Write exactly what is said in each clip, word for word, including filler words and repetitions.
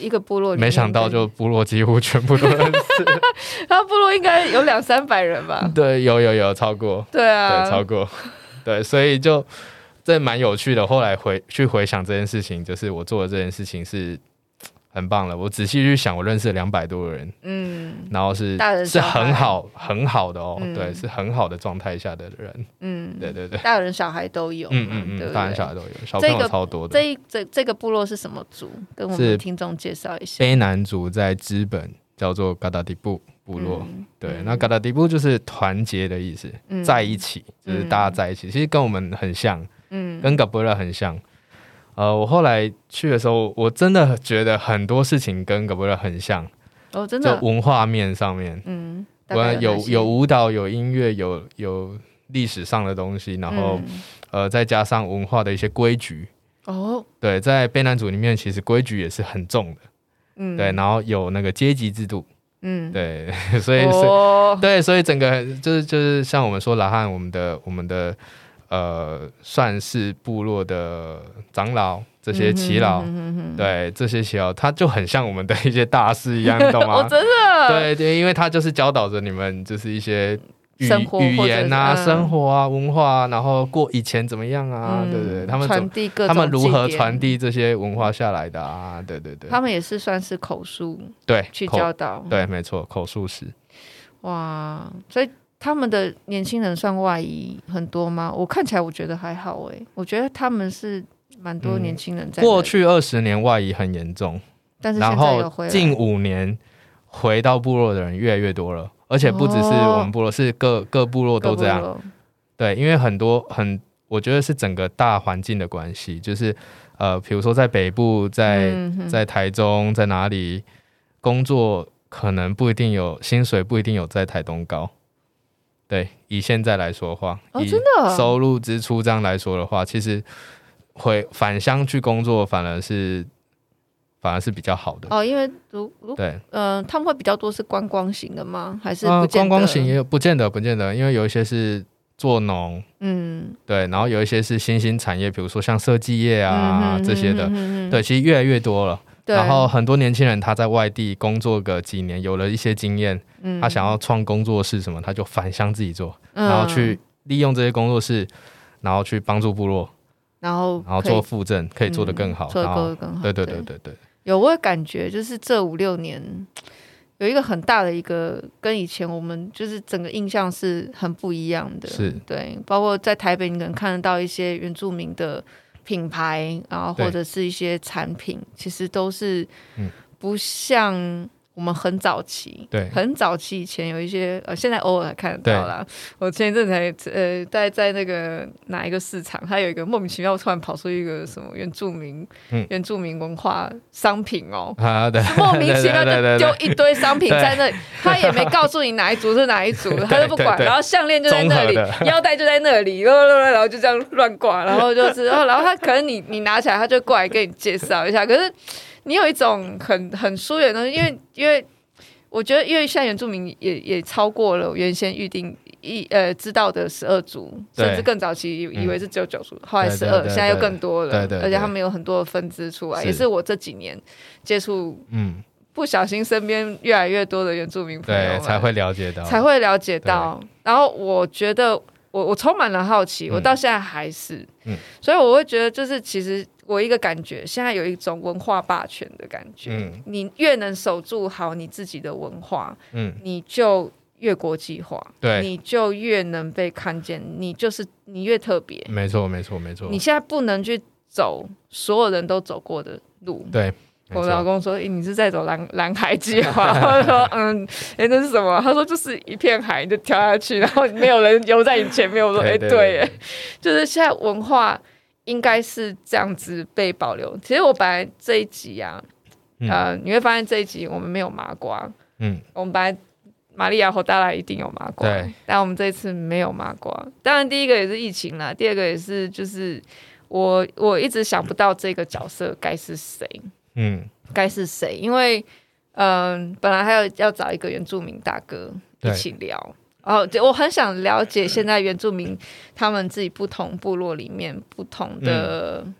个部落里面， 没想到就部落几乎全部都认识。 他部落应该有两三百人吧？ 对，有有有超过。 对啊， 对，超过。对，所以就这蛮有趣的。后来回去回想这件事情，就是我做的这件事情是很棒了。我仔细去想，我认识了两百多个人，嗯，然后是是很好很好的哦，嗯、对，是很好的状态下的人，嗯，对对对， 大人小孩都有，嗯嗯嗯，对对大人小孩都有，小朋友超多的。 这个、这这个部落是什么族？跟我们听众介绍一下。 卑南族在知本叫做嘎达迪布部落，嗯、对，嗯、那嘎达迪布就是团结的意思，嗯、在一起，就是大家在一起，嗯、其实跟我们很像，嗯，跟嘎布拉很像。呃，我后来去的时候，我真的觉得很多事情跟嘎布拉很像， 哦，真的， 就文化面上面，嗯，有有舞蹈，有音乐，有有历史上的东西，然后、嗯、呃，再加上文化的一些规矩，哦，对，在卑南族里面，其实规矩也是很重的，嗯，对，然后有那个阶级制度，嗯，对，所以、哦、对，所以整个就是就是像我们说拉汉，我们的我们的。呃，算是部落的长老，这些耆老，嗯、哼哼哼对这些耆老，他就很像我们的一些大师一样，你懂吗？ 哦，真的， 对对，因为他就是教导着你们，就是一些语语言啊、嗯、生活啊、文化啊，然后过以前怎么样啊，嗯、对对，他们传递各种他们如何传递这些文化下来的啊？对对对， 他们也是算是口述， 对， 去教导， 对，没错，口述史。 哇，所以。他们的年轻人算外移很多吗？我看起来我觉得还好哎、欸，我觉得他们是蛮多年轻人在、嗯。 过去二十年外移很严重， 但是现在有回来。 然后近五年回到部落的人越来越多了，而且不只是我们部落，哦、是各各部落都这样。对，因为很多很，我觉得是整个大环境的关系，就是呃，比如说在北部，在、嗯、在台中，在哪里工作，可能不一定有薪水，不一定有在台东高。对，以现在来说的话， 哦、真的以收入支出这样来说的话，其实回返乡去工作反而是反而是比较好的哦，因为如如对， 嗯、呃，他们会比较多是观光型的吗？还是不见得、呃、 观光型也有，不见得不见得，因为有一些是做农，嗯，对，然后有一些是新兴产业，比如说像设计业啊、嗯、这些的，嗯、对，其实越来越多了。然后很多年轻人他在外地工作个几年，有了一些经验，嗯、他想要创工作室什么，他就返乡自己做，嗯、然后去利用这些工作室，然后去帮助部落， 然后然后做复振，可以做得更好， 嗯、做得更好。 对对对对对。 有我有感觉，就是这五六年有一个很大的一个跟以前我们就是整个印象是很不一样的， 是对， 包括在台北你可能看得到一些原住民的品牌，然后或者是一些产品，其实都是不像我们很早期，对，很早期以前有一些，呃，现在偶尔还看得到啦。我前一阵才呃，在在那个哪一个市场，它有一个莫名其妙突然跑出一个什么原住民、嗯、原住民文化商品哦，啊、对，莫名其妙就丢一堆商品在那里，他也没告诉你哪一组是哪一组，他就不管，然后项链就在那里，腰带就在那里，然后就这样乱挂，然后就是，然后然后他可能你你拿起来，他就过来跟你介绍一下，可是。你有一种很很疏远的东西，因为因为我觉得，因为现在原住民也也超过了原先预定一呃知道的十二族，甚至更早期以为是只有九族，嗯、后来十二，现在又更多了，对对对，而且他们有很多的分支出来，是也是我这几年接触，嗯，不小心身边越来越多的原住民朋友， 对，才会了解到， 才会了解到。然后我觉得我我充满了好奇，我到现在还是，嗯，所以我会觉得就是其实。我一个感觉，现在有一种文化霸权的感觉。嗯、你越能守住好你自己的文化，嗯、你就越国际化，对，你就越能被看见，你就是你越特别。 没错，没错，没错。 你现在不能去走所有人都走过的路。 对， 我老公说：“欸、你是在走蓝蓝海计划？”我说：“嗯，哎、欸，那是什么？”他说：“就是一片海，你就跳下去，然后没有人游在你前面。”我说：“哎、欸，对，欸，就是现在文化。”应该是这样子被保留。其实我本来这一集啊，嗯、呃，你会发现这一集我们没有麻瓜，嗯，我们本来玛利亚和大拉一定有麻瓜，对，但我们这一次没有麻瓜。当然，第一个也是疫情啦，第二个也是就是我我一直想不到这个角色该是谁，嗯，该是谁？因为嗯、呃，本来还有要找一个原住民大哥一起聊。哦，我很想了解现在原住民他们自己不同部落里面不同的、嗯、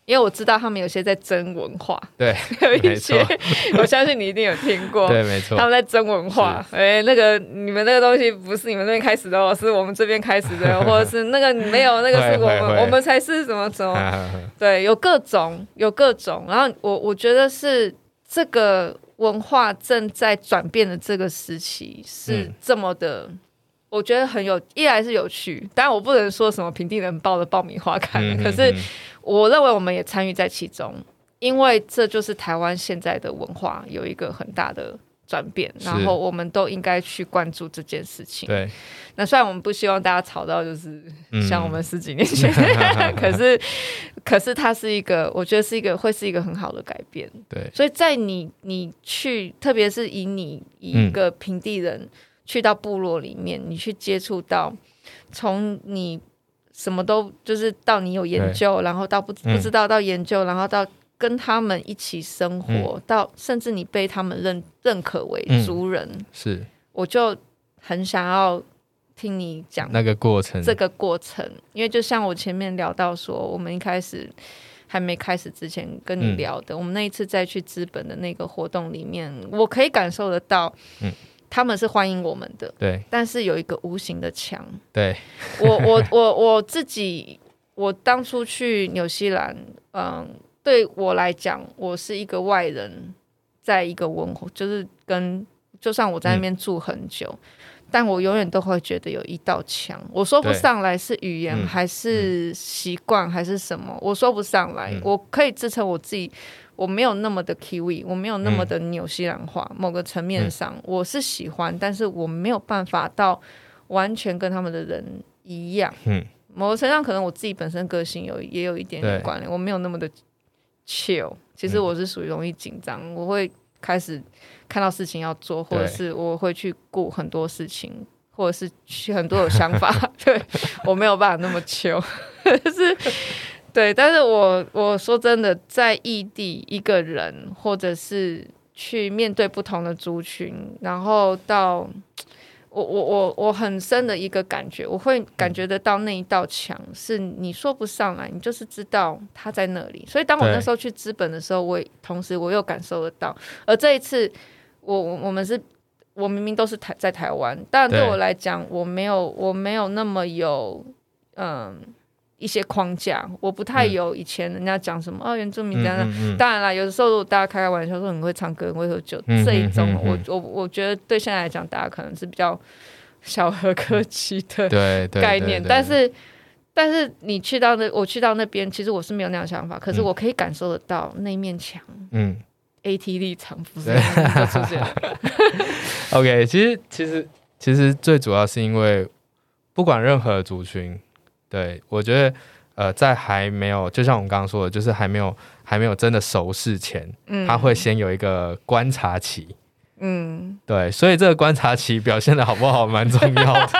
因为我知道他们有些在争文化， 对， 有一些我相信你一定有听过， 对，没错， 他们在争文化，哎、欸，那个你们那个东西不是你们那边开始的哦，是我们这边开始的，或者是那个没有那个是我们我们才是什么什么，对，有各种有各种，然后我我觉得是这个文化正在转变的这个时期是这么的。嗯，我觉得很有，一来是有趣，当然我不能说什么平地人抱着爆米花看，嗯、可是我认为我们也参与在其中，因为这就是台湾现在的文化有一个很大的转变，然后我们都应该去关注这件事情。对，那虽然我们不希望大家吵到就是像我们十几年前，嗯、可是可是它是一个，我觉得是一个会是一个很好的改变。对，所以在你你去，特别是以你以一个平地人。嗯，去到部落里面，你去接触到，从你什么都就是到你有研究，然后到不不知道到研究，嗯、然后到跟他们一起生活，嗯、到甚至你被他们认认可为族人，嗯、是，我就很想要听你讲那个过程， 这个过程，因为就像我前面聊到说，我们一开始还没开始之前跟你聊的，嗯、我们那一次再去资本的那个活动里面，我可以感受得到，嗯。他们是欢迎我们的，对，但是有一个无形的墙。对，我我我我自己，我当初去纽西兰，嗯，对我来讲，我是一个外人，在一个文化，就是跟就算我在那边住很久，嗯、但我永远都会觉得有一道墙，我说不上来是语言、嗯、还是习惯、嗯、还是什么，我说不上来，嗯、我可以支撑我自己。我没有那么的 Kiwi， 我没有那么的纽西兰化，嗯、某个层面上、嗯、我是喜欢，但是我没有办法到完全跟他们的人一样。嗯，某个程度上可能我自己本身个性有也有一点点关联，我没有那么的 chill。其实我是属于容易紧张，嗯、我会开始看到事情要做，或者是我会去顾很多事情，或者是去很多有想法。对，我没有办法那么 chill， 就是对。但是我我说真的，在异地一个人，或者是去面对不同的族群，然后到我我我我很深的一个感觉，我会感觉得到那一道墙是你说不上来，你就是知道它在那里。所以当我那时候去资本的时候，我也同时我又感受得到。而这一次，我我们是，我明明都是台在台湾，但对我来讲，我没有我没有那么有嗯。一些框架，我不太有以前人家讲什么、嗯、哦原住民这样、嗯嗯嗯、当然啦，有的时候大家开开玩笑说很会唱歌很会喝酒、嗯、这一种、嗯嗯嗯、我我我觉得对现在来讲大家可能是比较小儿科技的概念，但是但是你去到那我去到那边，其实我是没有那样想法，可是我可以感受得到那面墙，嗯 A T 立场不是就出现 OK 其实其实其实最主要是因为不管任何族群，对，我觉得，呃，在还没有，就像我们刚刚说的，就是还没有还没有真的熟识前，嗯，他会先有一个观察期，嗯，对，所以这个观察期表现的好不好蛮重要的，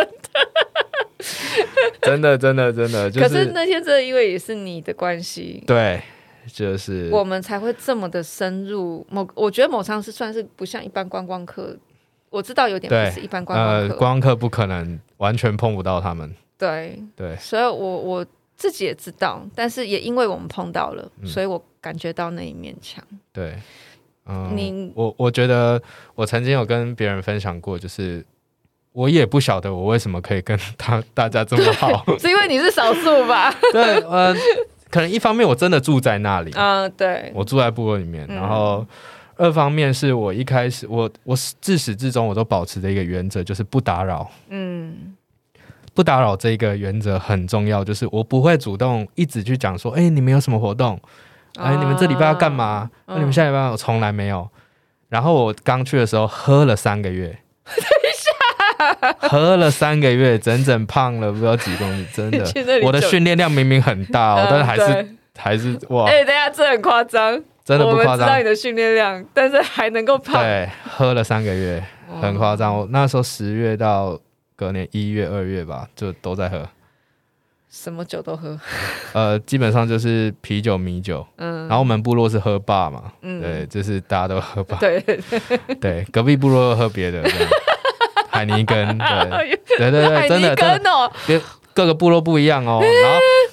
真的，真的，真的，真的，就是、 可是那天真的因为也是你的关系， 对，就是我们才会这么的深入。某，我觉得某场是算是不像一般观光客，我知道有点不是一般观光客，呃， 观光客不可能完全碰不到他们。 对对，所以我我自己也知道，但是也因为我们碰到了，嗯、所以我感觉到那一面墙。对， 嗯，你我我觉得我曾经有跟别人分享过，就是我也不晓得我为什么可以跟他大家这么好， 是因为你是少数吧？ 对，呃，可能一方面我真的住在那里， 嗯、呃，对， 我住在部落里面，嗯、然后二方面是我一开始我我自始至终我都保持的一个原则，就是不打扰，嗯。不打扰这个原则很重要，就是我不会主动一直去讲说，哎、欸，你们有什么活动？哎、欸，你们这礼拜要干嘛？那、嗯、你们下礼拜我从来没有。然后我刚去的时候喝了三个月，等一下，喝了三个月，整整胖了不知道几公斤，真的。我的训练量明明很大哦，嗯、但是还是还是哇！ 哎、欸，等一下，这很夸张， 真的不夸张。我们知道你的训练量，但是还能够胖。 对，喝了三个月，很夸张。我那时候十月到隔年一月、二月吧，就都在喝， 什么酒都喝。 呃，基本上就是啤酒、米酒。嗯，然后我们部落是喝霸嘛，嗯，对，就是大家都喝霸。对对，隔壁部落喝别的，这样海尼根，对对对对，真的真的，各个部落不一样哦。然后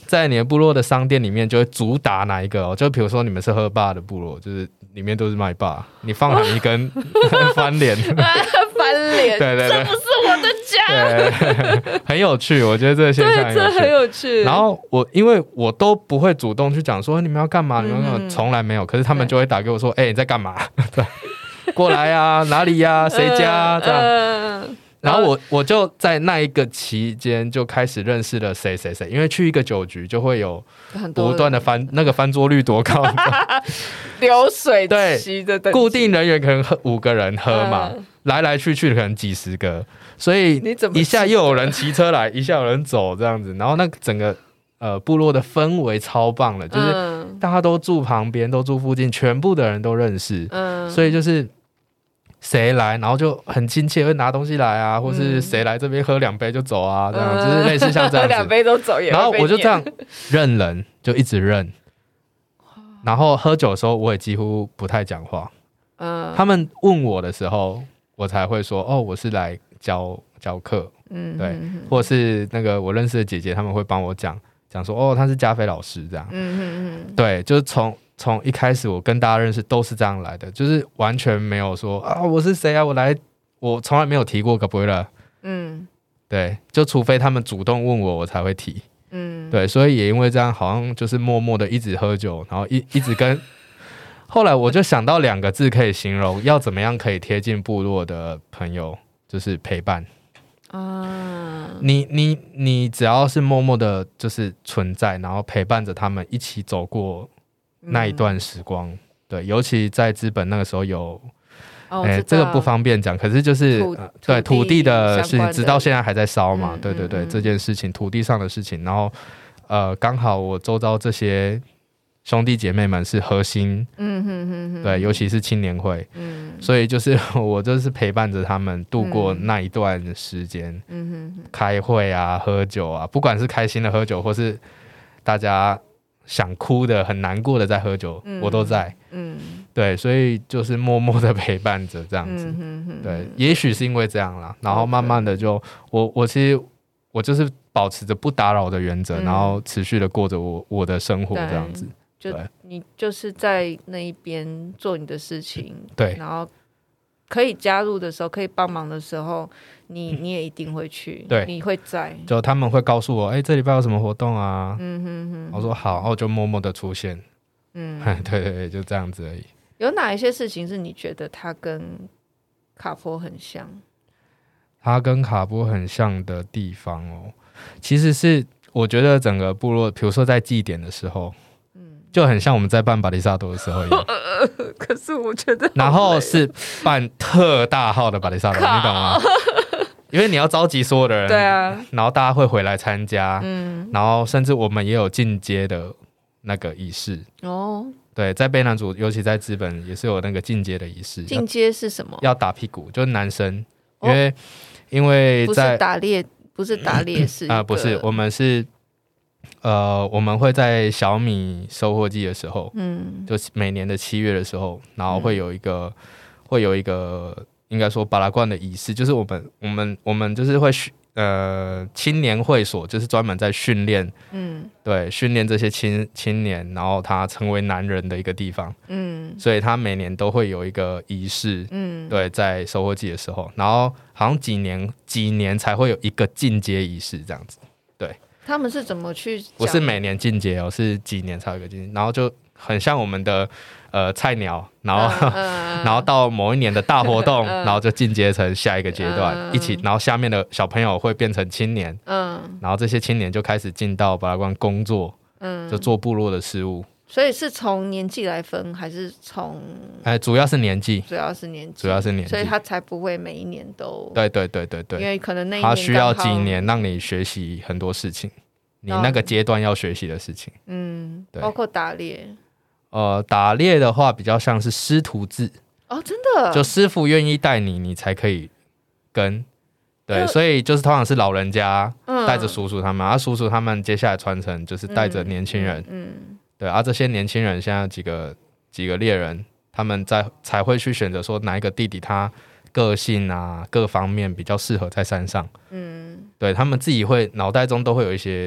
在你的部落的商店里面就会主打哪一个哦？就比如说你们是喝霸的部落，就是里面都是卖霸，你放含一根翻脸， 翻脸， 对对对， 这不是我的家， 对，很有趣，我觉得这个现象很有趣， 对，这很有趣。 然后我因为我都不会主动去讲说你们要干嘛，你们要干嘛，从来没有，可是他们就会打给我说，哎、欸，你在干嘛？对，过来啊，哪里呀、啊，谁家、啊、这样。呃然后我我就在那一个期间就开始认识了谁谁谁，因为去一个酒局就会有不断的翻那个翻桌率多高， 流水席的对，固定人员可能喝五个人喝嘛，嗯、来来去去可能几十个，所以一下又有人骑车来，一下有人走这样子，然后那整个呃部落的氛围超棒的，就是大家都住旁边，都住附近，全部的人都认识，嗯、所以就是。谁来，然后就很亲切，会拿东西来啊，或是谁来这边喝两杯就走啊，这样、嗯、就是类似像这样子，喝两杯都走也会被念。 然后我就这样认人，就一直认。然后喝酒的时候，我也几乎不太讲话。嗯，他们问我的时候，我才会说哦，我是来教教课。嗯，对，或是那个我认识的姐姐，他们会帮我讲讲说哦，他是加菲老师这样。嗯嗯嗯，对，就是从。从一开始我跟大家认识都是这样来的，就是完全没有说啊我是谁啊，我来，我从来没有提过卡布瑞拉，嗯，对，就除非他们主动问我，我才会提，嗯，对，所以也因为这样，好像就是默默的一直喝酒，然后一一直跟，后来我就想到两个字可以形容，要怎么样可以贴近部落的朋友，就是陪伴。啊，你你你只要是默默的，就是存在，然后陪伴着他们一起走过。那一段时光，嗯、对，尤其在资本那个时候有，哦欸、这个不方便讲，可是就是土、呃、对土地的事情，直到现在还在烧嘛，嗯、对对对、嗯，这件事情土地上的事情，然后呃，刚好我周遭这些兄弟姐妹们是核心，嗯哼哼哼，对，尤其是青年会，嗯，所以就是我就是陪伴着他们度过那一段时间，嗯哼哼，开会啊，喝酒啊，不管是开心的喝酒，或是大家。想哭的很难过的在喝酒、嗯、我都在、嗯、对，所以就是默默的陪伴着这样子、嗯、哼哼对，也许是因为这样啦，然后慢慢的就我我其实我就是保持着不打扰的原则、嗯、然后持续的过着我我的生活这样子， 就你就是在那一边做你的事情， 对， 然后可以加入的时候，可以帮忙的时候，你你也一定会去，对，你会在， 就他们会告诉我，哎、欸，这礼拜有什么活动啊？嗯哼哼，我说好，然后就默默的出现，嗯，对对对，就这样子而已。 有哪一些事情是你觉得他跟卡波很像？ 他跟卡波很像的地方哦，其实是我觉得整个部落，比如说在祭典的时候。就很像我们在办巴黎萨多的时候一样， 可是我觉得， 然后是办特大号的巴黎萨多，你懂吗？因为你要召集所有的人， 对啊， 然后大家会回来参加，嗯，然后甚至我们也有进阶的那个仪式哦。对，在卑南族，尤其在资本也是有那个进阶的仪式。 进阶是什么？ 要打屁股，就是男生，因为、哦、因为在不是打猎，不是打猎是啊、呃，不是，我们是。呃，我们会在小米收获季的时候，嗯，就是每年的七月的时候，然后会有一个，嗯、会有一个，应该说巴拉罐的仪式，就是我们，我们，我们就是会呃青年会所，就是专门在训练，嗯，对，训练这些青青年，然后他成为男人的一个地方，嗯，所以他每年都会有一个仪式，嗯，对，在收获季的时候，然后好像几年几年才会有一个进阶仪式这样子，对。 他们是怎么去？ 不是每年进阶哦，是几年才有一个进阶，然后就很像我们的呃菜鸟，然后、嗯、然后到某一年的大活动，嗯、然后就进阶成下一个阶段，嗯、一起，然后下面的小朋友会变成青年，嗯，然后这些青年就开始进到巴拉关工作，嗯，就做部落的事务。 所以是从年纪来分，还是从？ 哎，主要是年纪， 主要是年纪， 主要是年纪， 所以他才不会每一年都。 对对对对对， 因为可能那一年他需要几年让你学习很多事情，你那个阶段要学习的事情。嗯，对， 包括打猎。 呃，打猎的话比较像是师徒制哦，真的， 就师傅愿意带你，你才可以跟。对，所以就是通常是老人家带着叔叔他们，而、嗯啊、叔叔他们接下来传承就是带着年轻人。嗯。嗯对，而、啊、这些年轻人现在几个几个猎人，他们在才会去选择说哪一个弟弟他个性啊各方面比较适合在山上。嗯，对他们自己会脑袋中都会有一些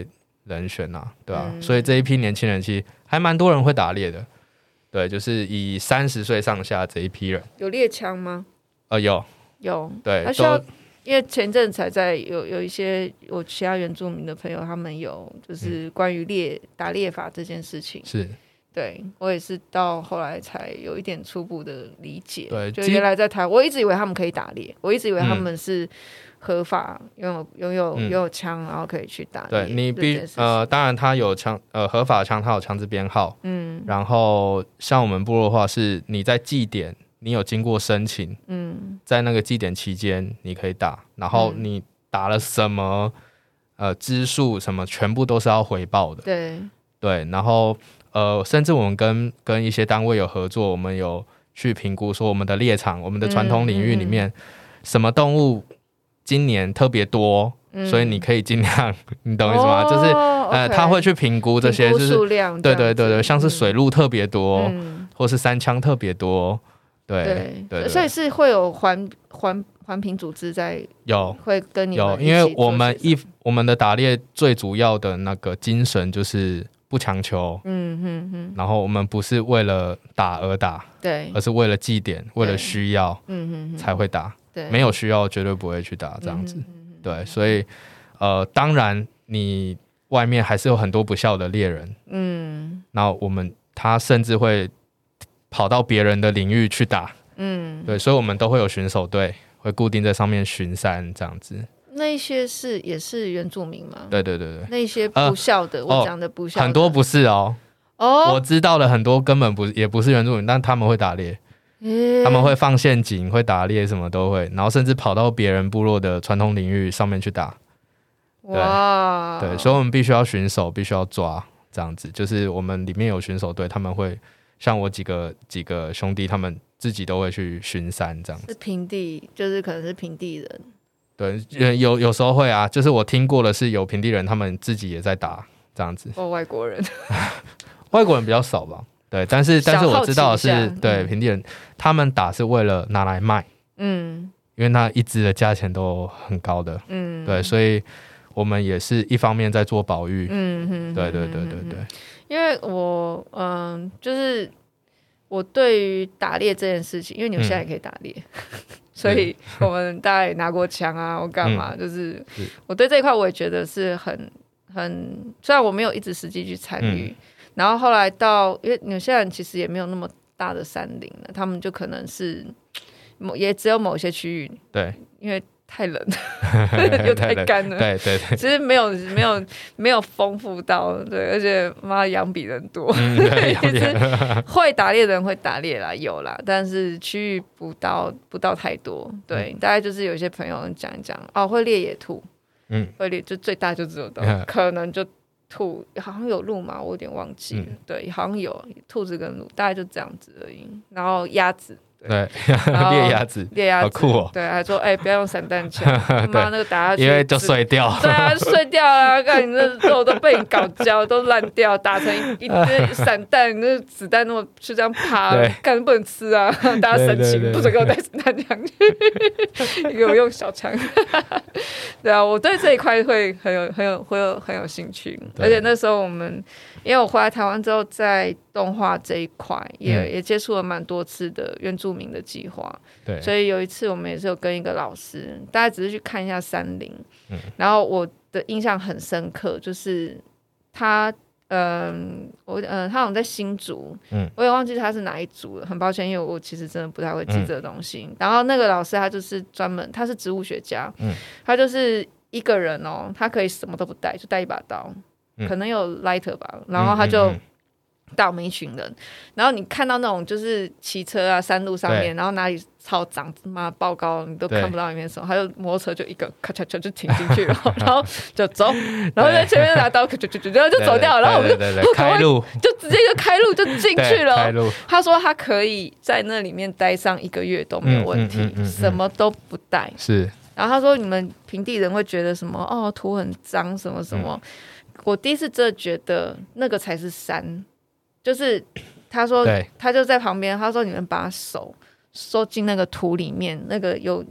人选啊，对啊、嗯、所以这一批年轻人其实还蛮多人会打猎的，对，就是以三十岁上下这一批人。 有猎枪吗？ 呃，有有， 对， 他需要，因为前阵才在有有一些我其他原住民的朋友，他们有就是关于猎、嗯、打猎法这件事情， 是。 对，我也是到后来才有一点初步的理解。对，就原来在台湾，我一直以为他们可以打猎，我一直以为他们是合法拥有拥有拥有枪，然后可以去打猎。 对，你必呃，当然他有枪，呃，合法枪，他有枪支编号。嗯，然后像我们部落的话，是你在祭典，你有经过申请，嗯，在那个祭典期间你可以打，然后你打了什么，呃，支数什么，全部都是要回报的。 对对，然后。呃，甚至我们跟跟一些单位有合作，我们有去评估说我们的猎场、我们的传统领域里面、嗯嗯、什么动物今年特别多、嗯，所以你可以尽量，你懂我意思吗？哦、就是呃， okay, 他会去评估这些，就是数量， 对对对对，像是水鹿特别多、嗯，或是山羌特别多，对 对, 对, 对, 对，所以是会有环环环评组织在有会跟你们有，因为我们一我们的打猎最主要的那个精神就是。不强求，嗯哼哼，然后我们不是为了打而打， 对， 而是为了祭典，为了需要，嗯哼哼，才会打，对，没有需要绝对不会去打，这样子，嗯、对，所以，呃，当然你外面还是有很多不肖的猎人，嗯，那我们他甚至会跑到别人的领域去打，嗯，对，所以我们都会有巡守队，会固定在上面巡山这样子。 那一些是也是原住民吗？ 对对对对， 那一些不孝的，呃、我讲的不孝的、 哦，很多不是哦。哦，我知道的很多根本不也不是原住民，但他们会打猎，欸、他们会放陷阱，会打猎，什么都会，然后甚至跑到别人部落的传统领域上面去打。哇，对，所以我们必须要巡守，必须要抓，这样子。就是我们里面有巡守队，他们会像我几个几个兄弟，他们自己都会去巡山，这样子。 是平地，就是可能是平地人。 对，有有时候会啊，就是我听过的是有平地人，他们自己也在打这样子。 哦，外国人， 外国人比较少吧？对，但是但是我知道的是，对、嗯、平地人，他们打是为了拿来卖，嗯，因为那一支的价钱都很高的，嗯，对，所以我们也是一方面在做保育，嗯哼，对对对对对。 因为我嗯，就是我对于打猎这件事情，因为你们现在也可以打猎。嗯所以我们大概也拿过枪啊，我干嘛、嗯？就是我对这一块我也觉得是很很，虽然我没有一直实际去参与、嗯，然后后来到，因为纽西兰其实也没有那么大的山林了，他们就可能是某也只有某些区域， 对， 因为太冷又太干了， 对对对， 其实没有没有没有丰富到，对，而且妈羊比人多，嗯、对，其实会打猎的人会打猎啦，有啦，但是区域不到不到太多，对、嗯，大概就是有些朋友讲一讲，哦，会猎野兔，嗯，会猎就最大就只有到、嗯，可能就兔，好像有鹿嘛，我有点忘记了、嗯，对，好像有兔子跟鹿，大概就这样子而已，然后鸭子。 对，猎鸭子， 猎鸭子， 好酷哦！ 对，还说哎、欸，不要用散弹枪，妈那个打下去， 因为就碎掉。 对啊，碎掉了，看你那肉都被你搞焦，都烂掉，打成一堆散弹，那子弹那么就这样趴，干不能吃啊！大家生气，不准给我带散弹枪去，给我用小枪。对啊，我对这一块会很有、很有、会有很有兴趣，而且那时候我们。因为我回来台湾之后，在动画这一块也、嗯、也接触了蛮多次的原住民的计划，对，所以有一次我们也是有跟一个老师，大家只是去看一下山林，嗯、然后我的印象很深刻，就是他，嗯，我，嗯，他好像在新竹，嗯，我也忘记他是哪一族了，很抱歉，因为我其实真的不太会记这个东西。嗯、然后那个老师他就是专门，他是植物学家，嗯，他就是一个人哦，他可以什么都不带，就带一把刀。可能有 lighter 吧，然后他就带我们一群人、嗯嗯嗯、然后你看到那种就是骑车啊山路上面，然后哪里超长妈爆高你都看不到里面什么，他就摩托车就一个咔嚓嚓就停进去了然后就走，然后在前面拿刀咔嚓嚓然后就走掉了，然后我们就对对对开路就直接就开路就进去了。开路他说他可以在那里面待上一个月都没有问题、嗯嗯嗯嗯、什么都不带，是。然后他说你们平地人会觉得什么哦土很脏什么什么、嗯，我第一次真的觉得那个才是山，就是他说他就在旁边，他说你们把手收进那个土里面，那个有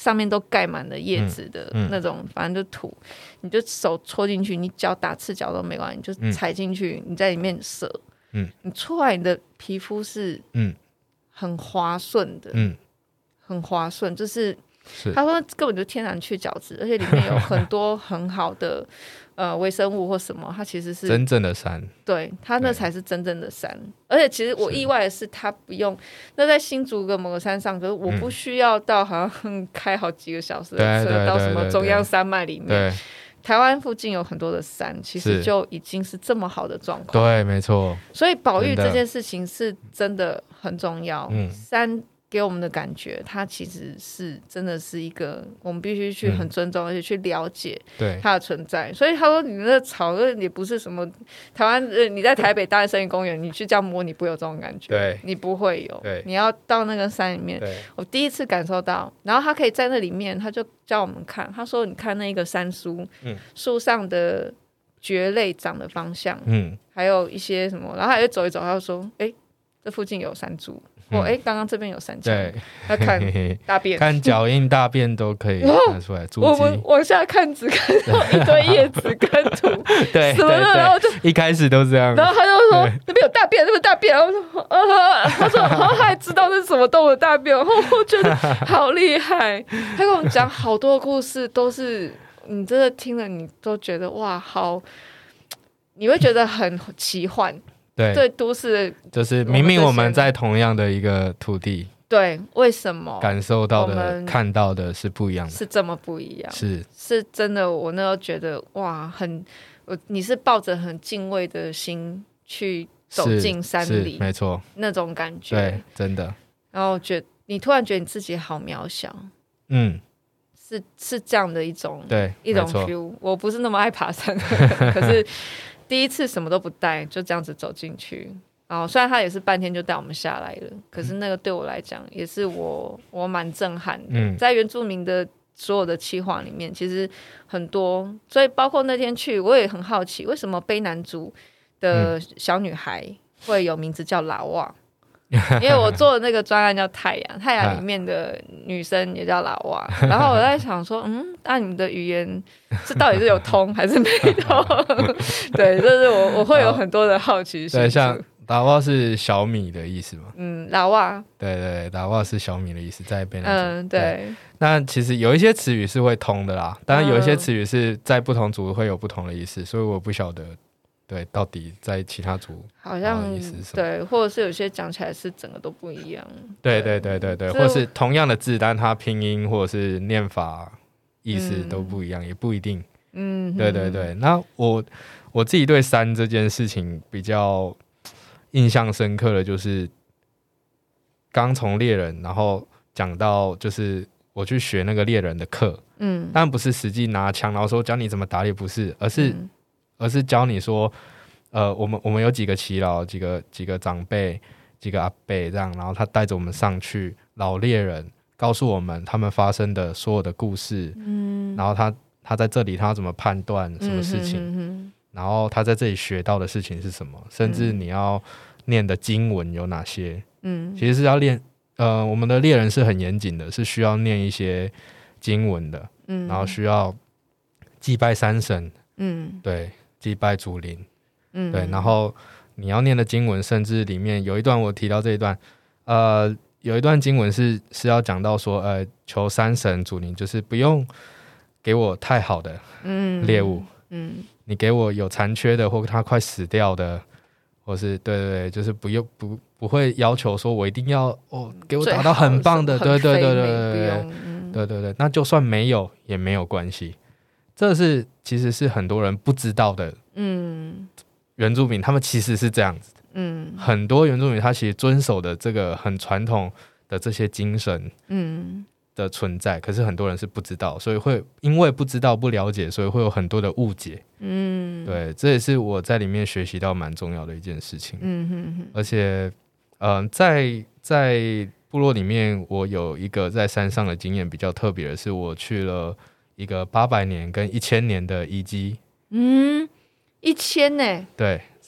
上面都盖满了叶子的那种，嗯嗯、反正就土，你就手戳进去，你脚打赤脚都没关系，你就踩进去，嗯、你在里面射，嗯，你出来你的皮肤是嗯很滑顺的，嗯，很滑顺，就是他说根本就天然去角质，而且里面有很多很好的呃微生物或什么，它其实是真正的山， 对，它那才是真正的山。而且其实我意外的是，它不用那在新竹的某个山上，可是我不需要到好像开好几个小时的车到什么中央山脉里面。台湾附近有很多的山，其实就已经是这么好的状况。 对，没错。 所以保育这件事情是真的很重要。嗯，山给我们的感觉，它其实是真的是一个我们必须去很尊重，嗯、而且去了解它的存在。所以他说，你那个草也不是什么台湾，你在台北大安森林公园，你去这样摸，你不会有这种感觉， 对， 你不会有。你要到那个山里面，我第一次感受到。然后他可以在那里面，他就教我们看，他说：“你看那个山苏，嗯、树上的蕨类长的方向，嗯，还有一些什么。”然后他就走一走，他就说：“哎、欸，这附近有山猪。”哦，哎，刚刚这边有山羌，要看大便， 看脚印、大便都可以看出来。 我们往下看，只看到一堆叶子跟土， 对， 什么的，然后就一开始都这样。 然后他就说那边有大便，那边大便。然后说，呃，他说，然后他还知道那是什么动物的大便，然后我觉得好厉害。他跟我们讲好多故事，都是你真的听了，你都觉得哇，好，你会觉得很奇幻。 对, 对都市的就是明明我们在同样的一个土地， 对，为什么感受到的看到的是不一样的， 是这么不一样， 是是真的。我那时候觉得哇，很我你是抱着很敬畏的心去走进山里， 没错， 那种感觉， 对，真的。 然后觉得你突然觉得你自己好渺小，嗯，是是这样的一种对一种 feel。我不是那么爱爬山的，可是。第一次什么都不带，就这样子走进去。然后虽然他也是半天就带我们下来了，可是那个对我来讲也是我我蛮震撼的。嗯、在原住民的所有的企划里面，其实很多，所以包括那天去，我也很好奇，为什么卑南族的小女孩会有名字叫拉瓦？因为我做的那个专案叫太阳，太阳里面的女生也叫拉瓦，然后我在想说，嗯，那、啊、你们的语言是到底是有通还是没通？对，就是我我会有很多的好奇心。 对，像拉瓦是小米的意思嘛？ 嗯，拉瓦， 对对，拉瓦是小米的意思，在卑南族。 嗯，对。对， 那其实有一些词语是会通的啦，当然有一些词语是在不同族会有不同的意思，所以我不晓得。对，到底在其他族好像对，或者是有些讲起来是整个都不一样。 对对对对对，或是同样的字，但它拼音或者是念法意思都不一样，嗯、也不一定。嗯，对对对。那我我自己对山这件事情比较印象深刻的就是，刚从猎人，然后讲到就是我去学那个猎人的课，嗯，但不是实际拿枪，然后说教你怎么打猎，不是，而是。嗯而是教你说，呃，我们我们有几个耆老，几个几个长辈，几个阿伯这样，然后他带着我们上去，老猎人告诉我们他们发生的所有的故事，嗯，然后他他在这里他要怎么判断什么事情，嗯、哼哼哼然后他在这里学到的事情是什么，甚至你要念的经文有哪些，嗯，其实是要练，呃，我们的猎人是很严谨的，是需要念一些经文的，嗯，然后需要祭拜山神，嗯，对。祭拜祖灵，嗯，对，然后你要念的经文，甚至里面有一段我提到这一段，呃，有一段经文是是要讲到说，呃，求山神祖灵，就是不用给我太好的猎物，嗯，嗯你给我有残缺的或他快死掉的，或是对对对，就是不用不不会要求说我一定要哦给我打到很棒的，对对对对对，嗯、对对对，那就算没有也没有关系。这是其实是很多人不知道的，嗯，原住民他们其实是这样子的，嗯，很多原住民他其实遵守的这个很传统的这些精神，嗯的存在，可是很多人是不知道，所以会因为不知道不了解，所以会有很多的误解，嗯，对，这也是我在里面学习到蛮重要的一件事情，嗯哼哼，而且，呃，在在部落里面，我有一个在山上的经验比较特别的是，我去了。一个八百年跟一千年的遗迹，嗯， 一千呢？ 对，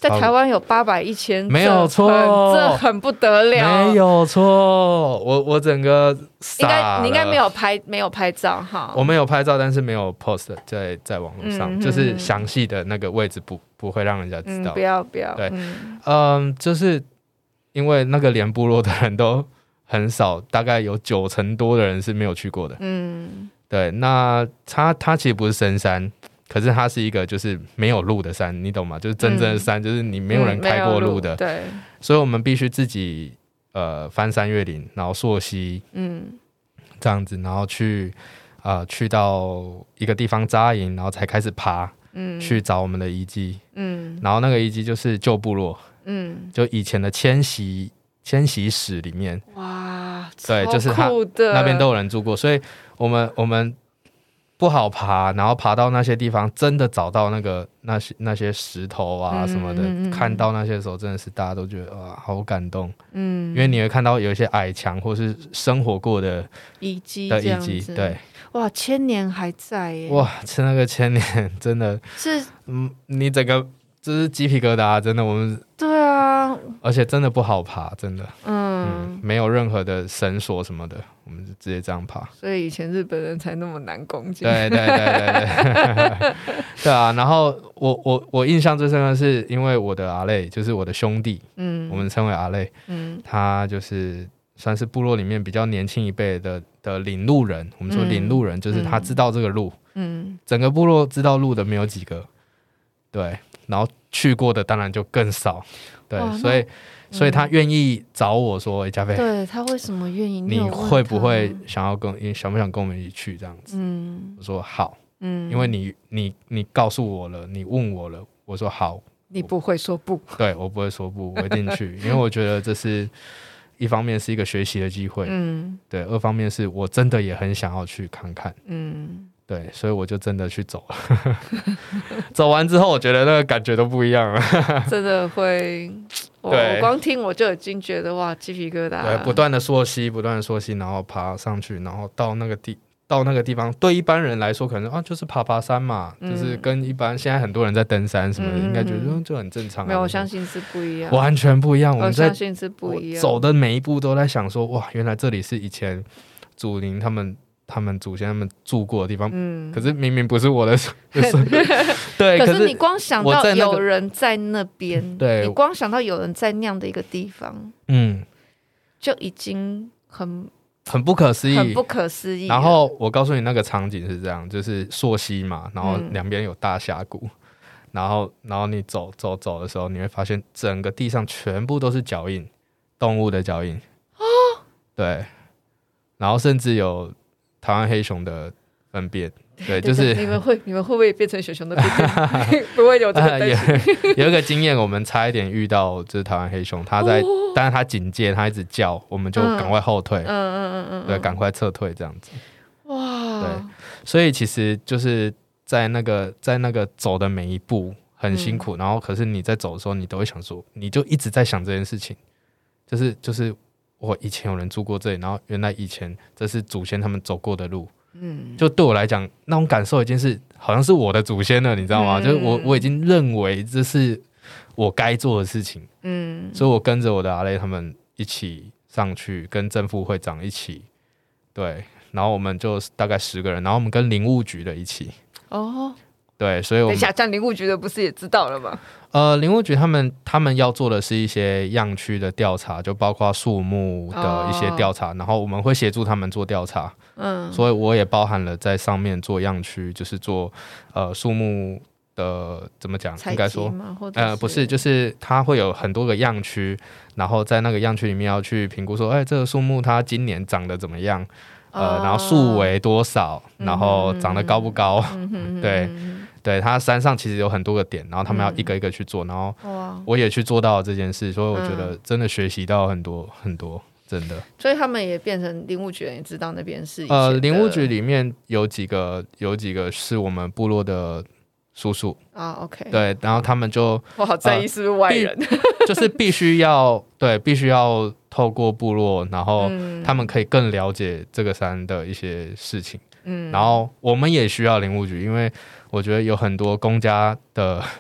在台湾有八百一千， 没有错， 这很不得了， 没有错。我我整个傻了， 应该你应该没有拍没有拍照哈？ 我没有拍照，但是没有 post 在在网络上，嗯、就是详细的那个位置不不会让人家知道。 嗯、不要不要， 对，嗯、呃，就是因为那个连部落的人都很少，大概有九成多的人是没有去过的。嗯，对，那它它其实不是深山。可是它是一个就是没有路的山，你懂吗？就是真正的山，嗯、就是你没有人开过路的， 嗯、对， 所以我们必须自己呃翻山越岭，然后溯溪，嗯，这样子，然后去呃去到一个地方扎营，然后才开始爬，嗯，去找我们的遗迹，嗯，然后那个遗迹就是旧部落，嗯，就以前的迁徙迁徙史里面， 哇， 对，就是它那边都有人住过，所以我们我们。不好爬，然后爬到那些地方，真的找到那个那些那些石头啊什么的，嗯嗯嗯、看到那些的时候，真的是大家都觉得哇，好感动。嗯，因为你会看到有一些矮墙或是生活过的遗迹的遗迹，对， 哇，千年还在耶！ 哇，是那个千年真的是， 嗯，你整个就是鸡皮疙瘩，真的，我们对啊， 而且真的不好爬，真的，嗯，嗯没有任何的绳索什么的。我们就直接这样爬， 所以以前日本人才那么难攻坚。 对对对对对，对啊。然后我我我印象最深刻是因为我的阿累，就是我的兄弟，嗯，我们称为阿累，嗯，他就是算是部落里面比较年轻一辈的的领路人。我们说领路人就是他知道这个路，嗯，整个部落知道路的没有几个，对，然后去过的当然就更少，对，所以。所以他愿意找我说：“哎、欸，嘉菲， 对他为什么愿意？ 你会不会想要跟想不想跟我们一起去这样子？”嗯，我说好，嗯，因为你你你告诉我了，你问我了，我说好， 你不会说不， 对我不会说不，我一定去，因为我觉得这是一方面是一个学习的机会，嗯，对，二方面是我真的也很想要去看看，嗯。对，所以我就真的去走了。走完之后，我觉得那个感觉都不一样了。 真的会，我我光听我就已经觉得哇，鸡皮疙瘩。 对，不断的溯溪，不断的溯溪，然后爬上去，然后到那个地，到那个地方，对一般人来说，可能啊就是爬爬山嘛，嗯、就是跟一般现在很多人在登山什么的，嗯、应该觉得就很正常、啊。 没有，我相信是不一样， 完全不一样。我们在我相信是不一样， 走的每一步都在想说，哇，原来这里是以前祖灵他们。他们祖先他们住过的地方，嗯，可是明明不是我的，对， 可是你光想到有人在那边，对，你光想到有人在那样的一个地方，嗯，就已经很很不可思议， 很不可思议。 然后我告诉你，那个场景是这样，就是溯溪嘛，然后两边有大峡谷，嗯、然后然后你走走走的时候，你会发现整个地上全部都是脚印，动物的脚印，哦，对，然后甚至有。台湾黑熊的粪便，对，就是你们会你们会不会变成熊熊的便便？不会有这个担心。 有一个经验，我们差一点遇到就是台湾黑熊，它在，哦、但是它警戒，它一直叫，我们就赶快后退，嗯嗯嗯嗯，对，赶快撤退这样子。哇，对，所以其实就是在那个在那个走的每一步很辛苦，嗯、然后可是你在走的时候，你都会想说，你就一直在想这件事情，就是就是。我以前有人住过这里，然后原来以前这是祖先他们走过的路，嗯，就对我来讲，那种感受已经是好像是我的祖先了，你知道吗？嗯、就是我我已经认为这是我该做的事情，嗯，所以我跟着我的阿累他们一起上去，跟正副会长一起，对，然后我们就大概十个人，然后我们跟林务局的一起，哦，对，所以我们等一下，这样林务局的不是也知道了吗？ 呃，林务局他们他们要做的是一些样区的调查，就包括树木的一些调查，哦、然后我们会协助他们做调查。嗯，所以我也包含了在上面做样区，就是做呃树木的怎么讲？应该说呃不是，就是它会有很多个样区，然后在那个样区里面要去评估说，哎，这个树木它今年长得怎么样？呃，然后树围多少，然后长得高不高？嗯、对。对，它山上其实有很多个点，然后他们要一个一个去做，嗯、然后我也去做到这件事，所以我觉得真的学习到很多很多，真的。 所以他们也变成林务局人，也知道那边是呃，林务局里面有几个有几个是我们部落的叔叔啊 ，OK， 对，然后他们就我好在意是不是外人， 呃、就是必须要对，必须要透过部落，然后他们可以更了解这个山的一些事情。嗯，然后我们也需要林务局，因为我觉得有很多公家的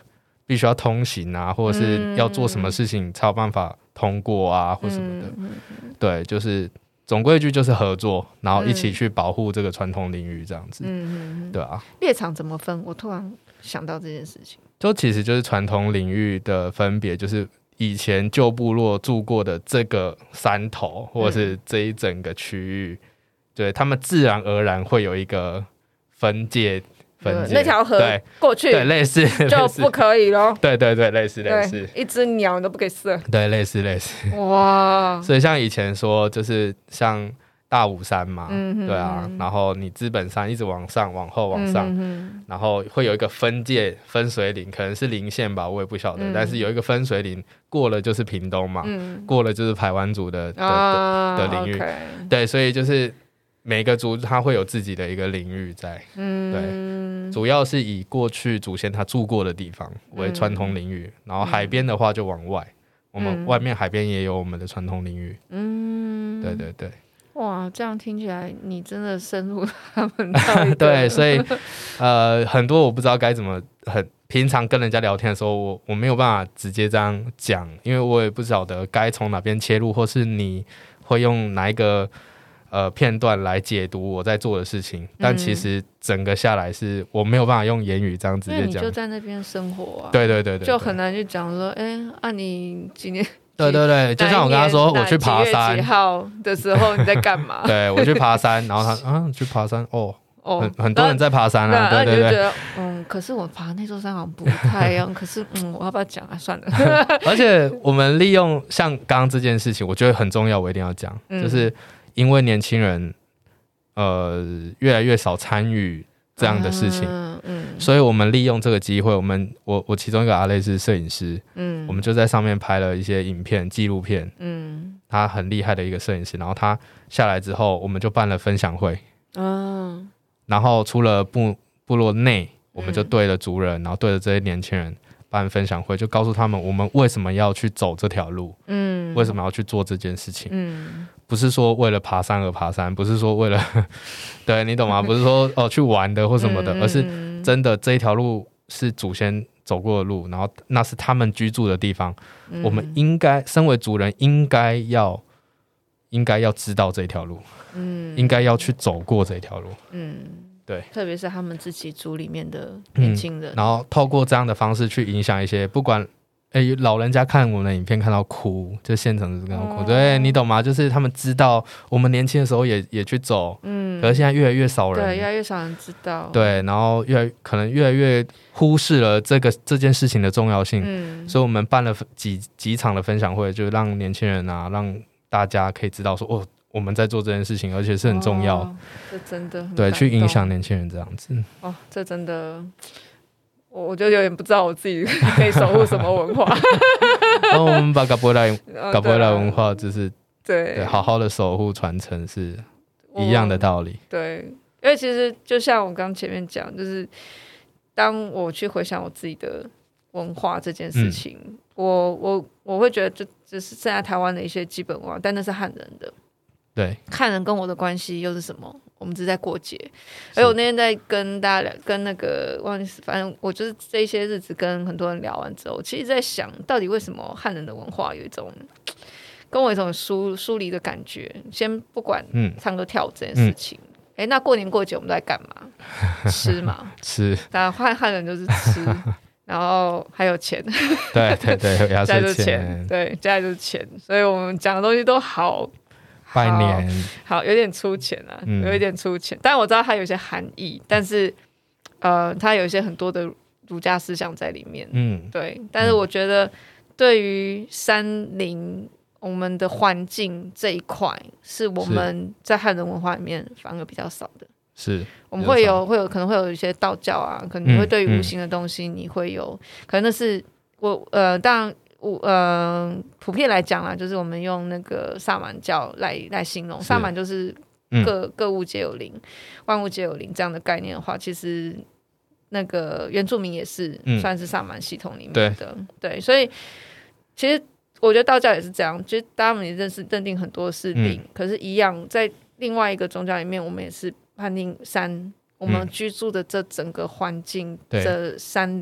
必须要通行啊，或者是要做什么事情才有办法通过啊，或什么的。嗯、对，就是总归一句就是合作，然后一起去保护这个传统领域这样子。嗯、对啊。 猎场怎么分？我突然想到这件事情。 就其实就是传统领域的分别，就是以前旧部落住过的这个山头，或者是这一整个区域，嗯、对他们自然而然会有一个分界。分界那条河过去， 对，类似就不可以咯。 对对对，类似类似， 一只鸟你都不可以射。 对，类似类似。哇！所以像以前说，就是像大武山嘛，嗯、对啊，然后你资本山一直往上、往后、往上，嗯、然后会有一个分界分水岭，可能是林线吧，我也不晓得，嗯、但是有一个分水岭，过了就是屏东嘛，嗯、过了就是排湾族的的、啊、的, 的领域， okay. 对，所以就是每个族它会有自己的一个领域在，嗯、对，主要是以过去祖先他住过的地方为传统领域，嗯、然后海边的话就往外，嗯、我们外面海边也有我们的传统领域，嗯，对对对。 哇，这样听起来你真的深入他们到一个对，所以呃，很多我不知道该怎么很平常跟人家聊天的时候，我我没有办法直接这样讲，因为我也不晓得该从哪边切入，或是你会用哪一个呃片段来解读我在做的事情，但其实整个下来是我没有办法用言语这样直接讲，因为你就在那边生活啊， 对对 对, 对, 对， 就很难去讲说，哎，啊你几年。 对对对，就像我跟他说，我去爬山， 几月几号的时候你在干嘛？ 对，我去爬山，然后他啊，去爬山哦，哦很很多人在爬山啊，对对对。 你就觉得嗯，可是我爬那座山好像不太一样，可是嗯，我要不要讲啊？算了。 而且我们利用像刚刚这件事情，我觉得很重要，我一定要讲，嗯、就是因为年轻人呃越来越少参与这样的事情。啊嗯、所以我们利用这个机会，我们我我其中一个阿累是摄影师，嗯，我们就在上面拍了一些影片、纪录片，嗯，他很厉害的一个摄影师，然后他下来之后，我们就办了分享会，嗯，然后除了部部落内，我们就对着族人，嗯、然后对着这些年轻人办分享会，就告诉他们我们为什么要去走这条路，嗯，为什么要去做这件事情，嗯。不是说为了爬山而爬山，不是说为了对你懂吗？不是说哦去玩的或什么的，嗯、而是真的这一条路是祖先走过的路，然后那是他们居住的地方，嗯、我们应该身为族人应该要应该要知道这条路，嗯，应该要去走过这条路，嗯，对， 特别是他们自己族里面的年轻人， 嗯、然后透过这样的方式去影响一些不管。欸、老人家看我们的影片看到哭，就现场就是看到哭，哦、对，你懂吗？就是他们知道我们年轻的时候也也去走，嗯，可是现在越来越少人， 对，越来越少人知道， 对，然后越来可能越来越忽视了这个这件事情的重要性，嗯，所以我们办了几几场的分享会，就让年轻人啊，让大家可以知道说，哦，我们在做这件事情，而且是很重要，哦、 这真的很对，去影响年轻人这样子， 哦，这真的。我就有点不知道我自己可以守护什么文化。 那我们把嘎布拉嘎布拉文化，就是 对, 对好好的守护传承是一样的道理。 对，因为其实就像我刚前面讲，就是当我去回想我自己的文化这件事情，嗯、我我我会觉得就只是剩下台湾的一些基本文化，但那是汉人的。 对， 汉人跟我的关系又是什么？我们只是在过节，而我那天在跟大家聊，跟那个忘记，反正我就是这些日子跟很多人聊完之后，其实在想到底为什么汉人的文化有一种跟我有一种疏疏离的感觉。先不管唱歌跳舞这件事情，哎、嗯欸，那过年过节我们都在干嘛？吃嘛， 吃。 当然汉汉人就是吃，然后还有钱。 对对对，有压岁钱， 对，家里就是钱，所以我们讲的东西都好。 拜年好, 好有点粗浅啊、嗯、有一点粗浅，但我知道它有一些含义，但是呃，它有一些很多的儒家思想在里面，嗯，对。但是我觉得对于山林我们的环境这一块，是我们在汉人文化里面反而比较少的。 是我们会有会有可能会有一些道教啊，可能你会对于无形的东西你会有、嗯嗯、可能那是我呃当然呃，普遍来讲啦，就是我们用那个萨满教来来形容，萨满就是各、嗯、各物皆有灵，万物皆有灵这样的概念的话，其实那个原住民也是算是萨满系统里面的，嗯、对, 对，所以其实我觉得道教也是这样，其实他们也认识认定很多是灵、嗯，可是一样在另外一个宗教里面，我们也是判定山。我们居住的这整个环境，这山林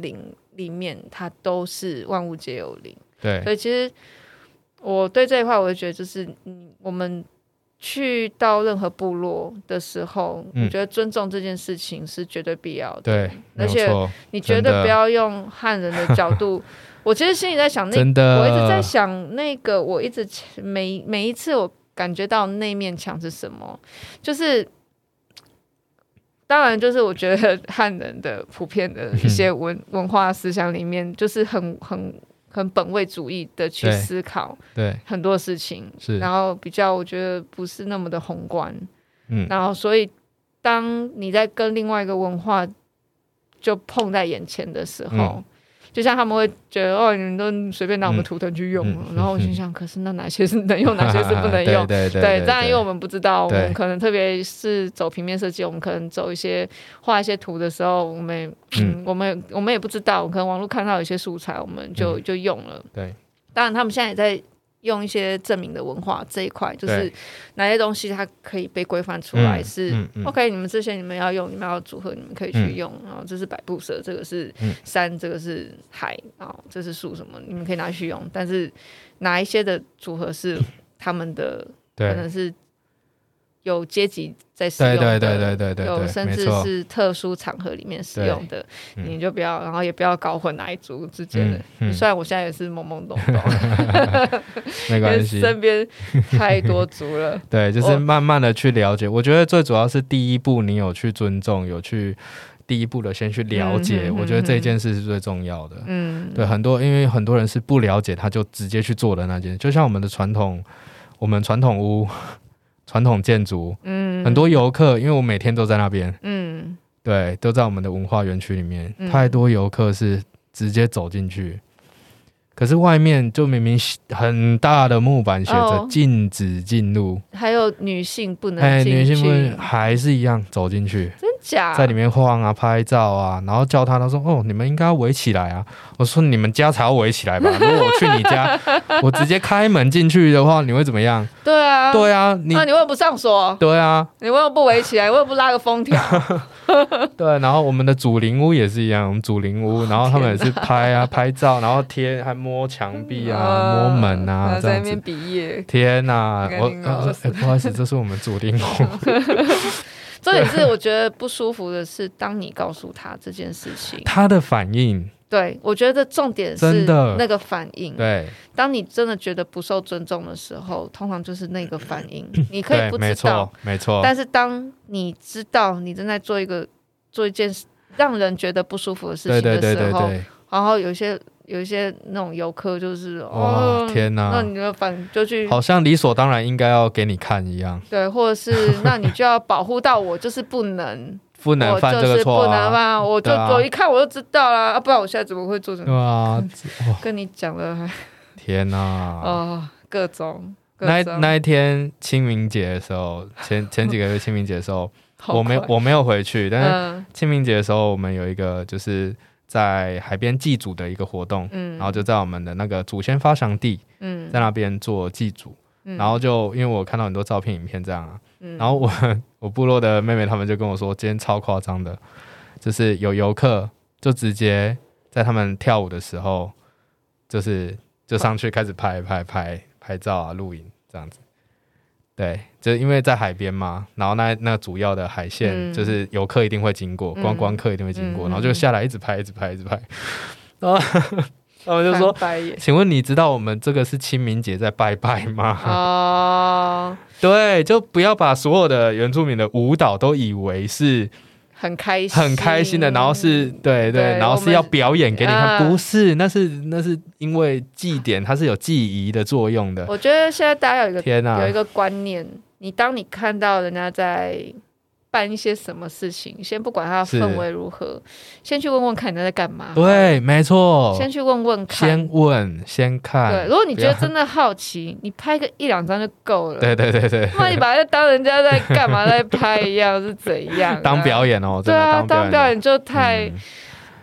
里面，它都是万物皆有灵。 对， 所以其实我对这一块，我就觉得就是，嗯，我们去到任何部落的时候，嗯、我觉得尊重这件事情是绝对必要的。 对， 而且你绝对不要用汉人的角度。我其实心里在想，那我一直在想那个，我一直每每一次我感觉到那面墙是什么，就是当然就是我觉得汉人的普遍的一些文、嗯、文化思想里面，就是很很很本位主义的去思考对很多事情，然后比较我觉得不是那么的宏观，嗯，然后所以当你在跟另外一个文化就碰在眼前的时候。嗯，就像他们会觉得哦，你们都随便拿我们图腾去用了、嗯、然后我心想、嗯、可是那哪些是能用，哪些是不能用对对 对, 对, 对，当然因为我们不知道，我们可能特别是走平面设计，我们可能走一些画一些图的时候，我们、嗯、我们我们也不知道，可能网络看到有些素材我们就、嗯、就用了。 对， 当然他们现在也在用一些证明的文化这一块，就是哪些东西它可以被规范出来、嗯、是、嗯嗯、OK， 你们这些你们要用，你们要组合，你们可以去用、嗯、然后这是百步蛇，这个是山、嗯、这个是海，然后这是树什么，你们可以拿去用，但是哪一些的组合是他们的可能是有阶级在使用的， 对对对对对对， 有甚至是特殊场合里面使用的，你就不要，然后也不要搞混哪一族之间的、嗯嗯。虽然我现在也是懵懵懂懂， 没关系， 身边太多族了。 对，就是慢慢的去了解。我觉得最主要是第一步，你有去尊重，有去第一步的先去了解、嗯、我觉得这件事是最重要的。嗯，对，很多因为很多人是不了解，他就直接去做的那件，就像我们的传统，我们传统屋。传统建筑、嗯，很多游客，因为我每天都在那边，嗯，对，都在我们的文化园区里面、嗯，太多游客是直接走进去，可是外面就明明很大的木板写着禁止进入、哦， 还有女性不能进去， 女性不能，还是一样走进去， 真假？ 在里面晃啊、拍照啊，然后叫他，他说：“哦，你们应该要围起来啊。”我说：“你们家才要围起来吧？如果我去你家，我直接开门进去的话，你会怎么样？” 对啊， 对啊，你那你为什么不上锁？ 对啊， 你为什么不围起来？为什么不拉个封条？ 对，然后我们的祖灵屋也是一样，我们祖灵屋，然后他们也是拍啊、拍照，然后贴，还摸墙壁啊、呃、摸门啊， 在那边比耶。 天哪，我、呃欸、不好意思，这是我们祖灵屋。 重点是我觉得不舒服的是，当你告诉他这件事情， 他的反应。 对，我觉得重点是那个反应。对，当你真的觉得不受尊重的时候，通常就是那个反应。你可以不知道， 没错，没错。 但是当你知道你正在做一个做一件让人觉得不舒服的事情的时候，对对对对对，然后有些有一些那种游客就是哦天哪， 那你的反就去好像理所当然应该要给你看一样。 对，或者是那你就要保护到我，就是不能。 不能犯这个错、啊、 不能吧？我就、啊、我一看我就知道啦、啊，不然我现在怎么会做成？ 对啊， 跟你讲了还天哪、啊！ 哦，各种, 各种那那一天清明节的时候，前前几个月清明节的时候，我没我没有回去，但是清明节的时候，我们有一个就是在海边祭祖的一个活动，嗯，然后就在我们的那个祖先发祥地，嗯，在那边做祭祖。嗯、然后就因为我看到很多照片影片这样啊、嗯、然后我我部落的妹妹他们就跟我说今天超夸张的，就是有游客就直接在他们跳舞的时候就是就上去开始拍拍拍拍照啊录影这样子。对，就因为在海边嘛，然后那那主要的海线就是游客一定会经过、嗯、观光客一定会经过、嗯、然后就下来一直拍一直拍一直拍，然后他们就说请问你知道我们这个是清明节在拜拜吗？哦，对，就不要把所有的原住民的舞蹈都以为是很开心很开心的，然后是对 对, 对，然后是要表演给你看、啊、不是，那是那是因为祭典它是有祭仪的作用的。 我觉得现在大家有一个天、啊、有一个观念，你当你看到人家在办一些什么事情，先不管他的氛围如何，先去问问看人家在干嘛。 对，没错， 先去问问看， 先问先看。 对，如果你觉得真的好奇，你拍个一两张就够了。 对对对对， 那你把它当人家在干嘛在拍一样是怎样、啊？ 当表演哦， 对啊，当表演就太、嗯、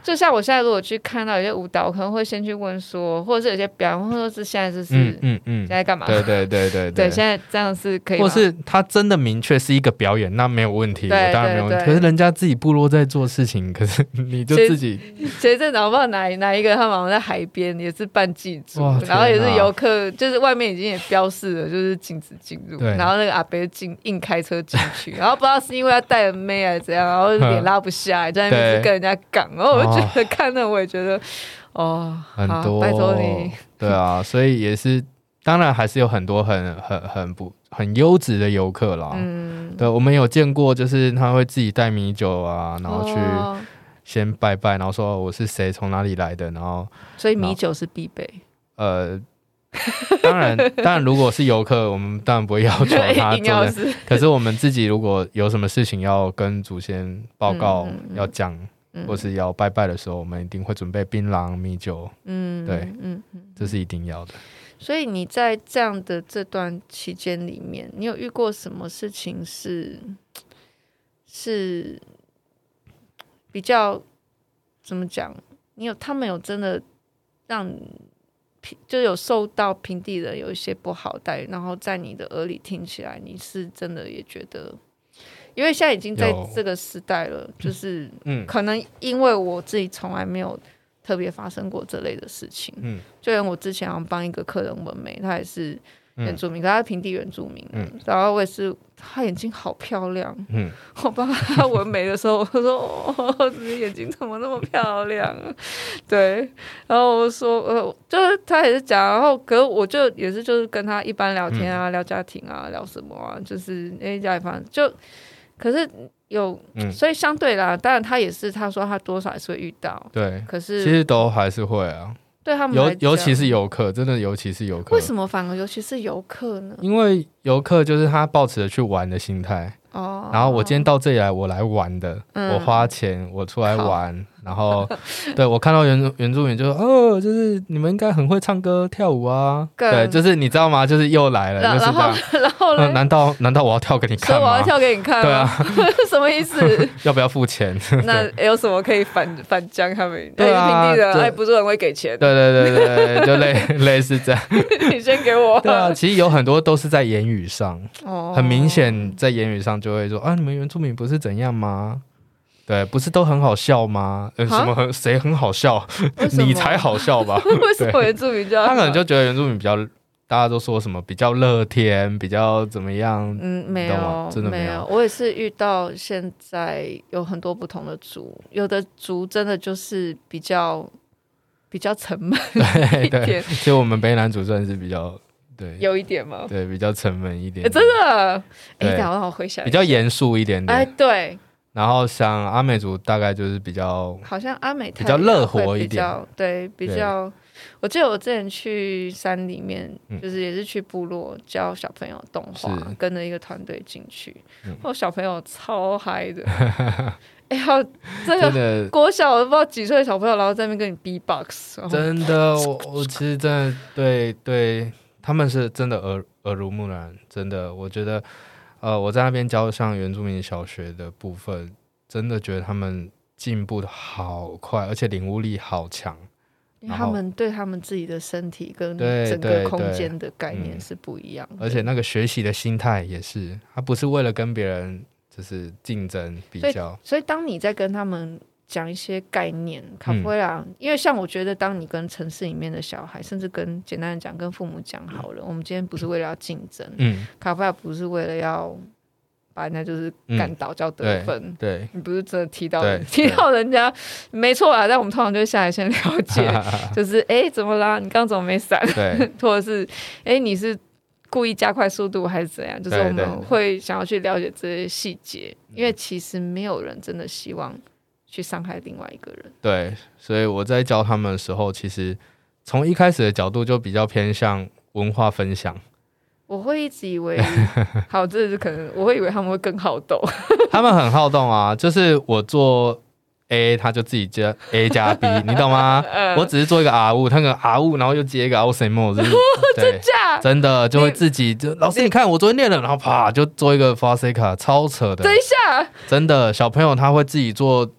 就像我现在如果去看到有些舞蹈，我可能会先去问说，或者是有些表演，或者是现在就是嗯嗯嗯，现在干嘛？ 对对对对对, 对，现在这样是可以吗， 或是他真的明确是一个表演，那没有问题，我当然没有问题。可是人家自己部落在做事情，可是你就自己。 前阵子我不知道哪哪一个，他们好像在海边也是办祭祖，然后也是游客，就是外面已经也标示了，就是禁止进入，然后那个阿伯进硬开车进去，然后不知道是因为他带了妹还是怎样，然后脸拉不下来，在那边跟人家杠，然后我就觉得看那我也觉得哦， 很多， 拜托你， 对啊，所以也是，当然还是有很多很很很不很优质的游客啦，嗯，对，我们有见过，就是他会自己带米酒啊，然后去先拜拜，然后说我是谁，从哪里来的，然后所以米酒是必备， 呃。当然，当然，如果是游客，我们当然不会要求他做的。可是我们自己如果有什么事情要跟祖先报告、嗯嗯、要讲、嗯，或是要拜拜的时候，我们一定会准备槟榔、米酒。嗯，对，嗯，这是一定要的。 所以你在这样的这段期间里面，你有遇过什么事情是是比较怎么讲？你有他们有真的让你？就有受到平地人有一些不好待遇，然后在你的耳里听起来，你是真的也觉得，因为现在已经在这个时代了，就是可能因为我自己从来没有特别发生过这类的事情，嗯，就连我之前好像帮一个客人纹眉，他也是原住民，嗯、可是他是平地原住民，嗯，然后我也是，他眼睛好漂亮，嗯，我帮他纹眉的时候，我说哦，你眼睛怎么那么漂亮啊？对，然后我说呃，就是他也是讲，然后可是我就也是就是跟他一般聊天啊，嗯、聊家庭啊，聊什么啊，就是哎家里反正就，可是有、嗯，所以相对啦，当然他也是他说他多少还是会遇到， 对， 可是其实都还是会啊。 对他们尤尤其是游客，真的尤其是游客。 为什么反而尤其是游客呢？ 因为游客就是他抱持着去玩的心态，哦，然后我今天到这里来，我来玩的，嗯、我花钱，我出来玩，然后对我看到原原住民就说，哦，就是你们应该很会唱歌跳舞啊，对，就是你知道吗？就是又来了，就是这样。 然后呢？ 难道难道我要跳给你看吗？ 所以我要跳给你看吗？ 对啊， 什么意思？ 要不要付钱？ 那有什么可以反反将他们？对啊，平地人还不是很会给钱。 对对对对，就类类似这样。 你先给我。 对啊，其实有很多都是在言语上，哦、很明显在言语上就会说啊，你们原住民不是怎样吗？对，不是都很好笑吗？呃、什么很谁很好笑？你才好笑吧？ 为什么原住民就他可能就觉得原住民比较，大家都说什么比较乐天，比较怎么样？ 嗯，没有，真的没有。没有我也是遇到现在有很多不同的族，有的族真的就是比较比较沉闷一点。 对，其实我们卑南族算是比较。对， 有一点吗？ 对，比较沉闷一点点、 欸。真的？哎，等我回想一下， 比较严肃一点点。哎， 对。 然后像阿美族大概就是比较， 好像阿美比较乐活一点， 对，比较。我记得我之前去山里面，就是也是去部落教小朋友动画，跟着一个团队进去，我、嗯、小朋友超嗨的。哎呀，这个国小我不知道几岁的小朋友，然后在那边跟你 B-box， 真的，我我其实真的对对。他们是真的耳耳濡目染，真的，我觉得，呃，我在那边教像原住民小学的部分，真的觉得他们进步的好快，而且领悟力好强。 因为他们对他们自己的身体跟整个空间的概念是不一样的， 而且那个学习的心态也是，他不是为了跟别人就是竞争比较。 所以，所以当你在跟他们讲一些概念卡布埃拉、嗯、因为像我觉得当你跟城市里面的小孩甚至跟简单的讲跟父母讲好了、嗯、我们今天不是为了要竞争、嗯、卡布埃拉不是为了要把人家就是干倒叫得分、嗯、 对, 对你不是真的踢到人踢到人家没错啊，但我们通常就会下来先了解就是哎、欸、怎么啦，你刚刚怎么没闪或者是哎、欸、你是故意加快速度还是怎样，就是我们会想要去了解这些细节，因为其实没有人真的希望去伤害另外一个人。对， 所以我在教他们的时候，其实从一开始的角度就比较偏向文化分享。 我会一直以为，好，这是可能我会以为他们会更好动。 他们很好动啊，就是我做 A， 他就自己加 A 加 B， 你懂吗？嗯、我只是做一个 R 物，他个 R 物，然后又接一个 O C M O， 就是真假？ 真的就会自己就老师你看我昨天练了，然后啪就做一个 Falsica， 超扯的。 等一下， 真的小朋友他会自己做。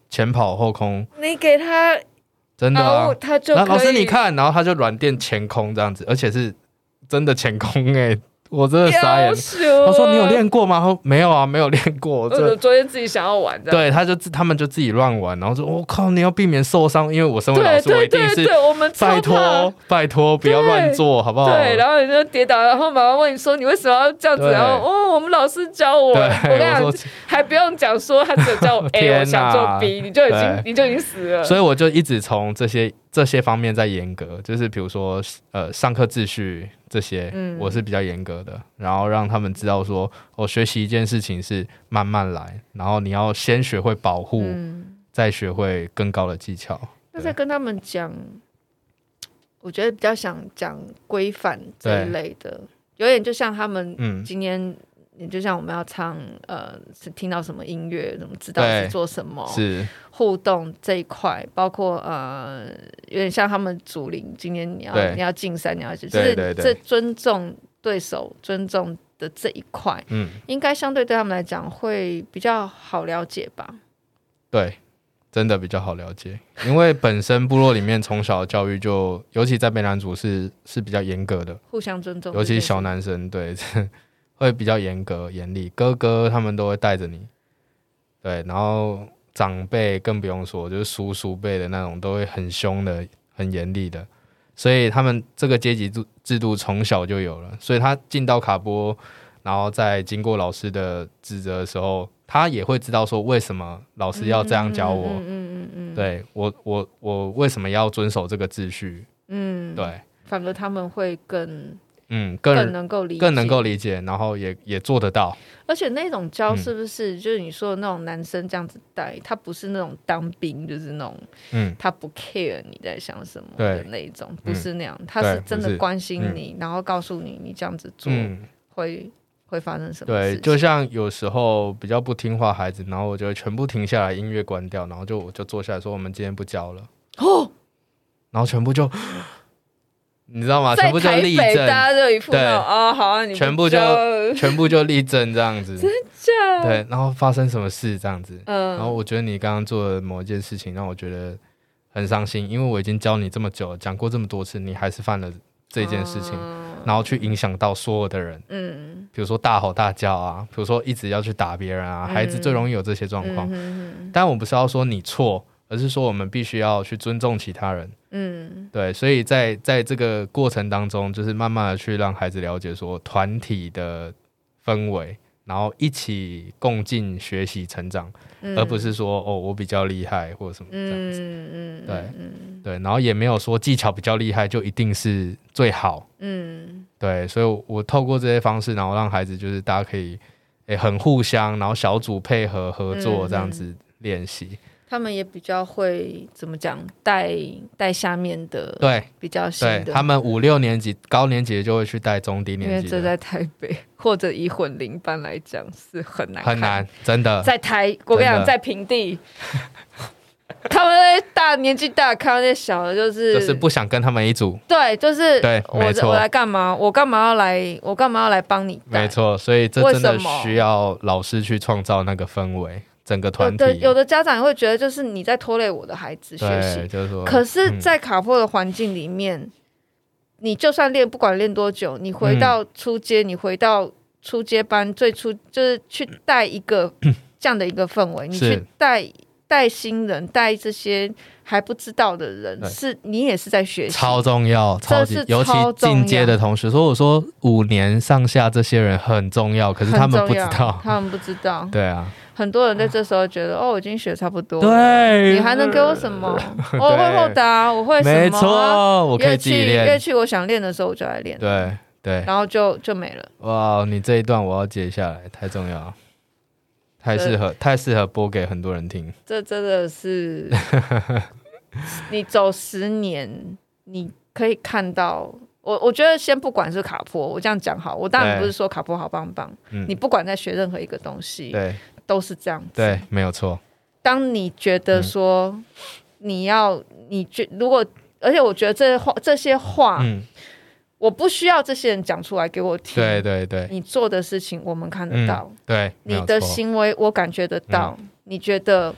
前跑后空， 你给他真的啊， 他就可以老师你看，然后他就软垫前空这样子，而且是真的前空哎、欸。我真的傻眼，他说你有练过吗？他说没有啊，没有练过。 我昨天自己想要玩的， 对，他就他们就自己乱玩，然后说我、哦、靠，你要避免受伤，因为我身为老师，我一定是拜托拜托不要乱做，好不好？ 对，然后你就跌倒，然后妈妈问你说你为什么要这样子？然后哦，我们老师教我，我跟你讲，还不用讲说他只叫我 A， 我想做 B， 你就已经你就已经死了。 所以我就一直从这些这些方面在严格，就是比如说呃上课秩序。这些我是比较严格的、嗯、然后让他们知道说我、哦、学习一件事情是慢慢来，然后你要先学会保护、嗯、再学会更高的技巧。 那在跟他们讲，我觉得比较想讲规范这一类的，有点就像他们今天、嗯、就像我们要唱呃是听到什么音乐怎么知道是做什么，是互动这一块，包括呃有点像他们祖灵今天你要你要进山你要就是这尊重对手尊重的这一块、嗯、应该相对对他们来讲会比较好了解吧。 对，真的比较好了解，因为本身部落里面从小的教育就尤其在卑南族是是比较严格的， 互相尊重， 尤其小男生对会比较严格严厉，哥哥他们都会带着你，对，然后长辈更不用说，就是叔叔辈的那种都会很凶的很严厉的，所以他们这个阶级制度从小就有了，所以他进到卡波，然后在经过老师的指责的时候，他也会知道说为什么老师要这样教我，嗯嗯嗯嗯对我我我为什么要遵守这个秩序，嗯，对， 反而他们会更嗯更更能够理解， 更能够理解，然后也也做得到。 而且那种教是不是、嗯、就是你说的那种男生这样子带，他不是那种当兵，就是那种、嗯、他不 care 你在想什么的那一种，不是那样、嗯、他是真的关心你、嗯、然后告诉你你这样子做会、嗯、会发生什么事情。 对，就像有时候比较不听话孩子，然后我就会全部停下来，音乐关掉，然后就我就坐下来说我们今天不教了哦，然后全部就你知道吗？全部就立正， 大家就一副那种哦，好啊，你全部就全部就立正这样子， 真假？ 对，然后发生什么事这样子，嗯，然后我觉得你刚刚做的某一件事情让我觉得很伤心，因为我已经教你这么久了，讲过这么多次，你还是犯了这件事情，嗯、然后去影响到所有的人，嗯，比如说大吼大叫啊，比如说一直要去打别人啊，嗯、孩子最容易有这些状况。嗯、但我不是要说你错，而是说我们必须要去尊重其他人。嗯，对，所以在在这个过程当中，就是慢慢的去让孩子了解说团体的氛围，然后一起共进学习成长，嗯、而不是说哦我比较厉害或者什么这样子。嗯嗯，对、嗯、对，然后也没有说技巧比较厉害就一定是最好。嗯，对，所以我透过这些方式，然后让孩子就是大家可以诶很互相，然后小组配合合作这样子练习。嗯嗯， 他们也比较会怎么讲，带带下面的， 对， 比较新的， 对，他们五六年级、高年级就会去带中低年级的， 因为这在台北或者以混龄班来讲是很难， 很难，真的。 在台，我跟你讲，在平地，他们那些大年纪大看到那些小的，就是就是不想跟他们一组， 对，就是对， 我我来干嘛？我干嘛要来？我干嘛要来帮你带？ 没错，所以这真的需要老师去创造那个氛围。整个团体， 有的有的家长也会觉得就是你在拖累我的孩子学习， 就是说， 可是在卡坡的环境里面、嗯、你就算练不管练多久，你回到初阶、嗯、你回到初阶班最初就是去带一个这样的一个氛围、嗯、你去带带新人带这些还不知道的人，是你也是在学习， 超重要，超级，尤其进阶的同学。所以我说五年上下这些人很重要，可是他们不知道， 他们不知道， 对啊。 很多人在这时候觉得哦，我已经学差不多了， 对， 你还能给我什么？我会后打，我会什么、啊？ 没错，我可以自己练。 乐器我想练的时候我就来练， 对对， 然后就就没了。 哇，你这一段我要接下来，太重要了，太适合，太适合播给很多人听。 这真的是，你走十年，你可以看到。我我觉得先不管是卡坡，我这样讲好，我当然不是说卡坡好棒棒、嗯，你不管在学任何一个东西，对，都是这样子， 对，没有错。 当你觉得说你要，嗯、你觉如果，而且我觉得这些话，这些话、嗯，我不需要这些人讲出来给我听， 对对对， 你做的事情我们看得到， 嗯、对， 你的行为我感觉得到，嗯、你觉得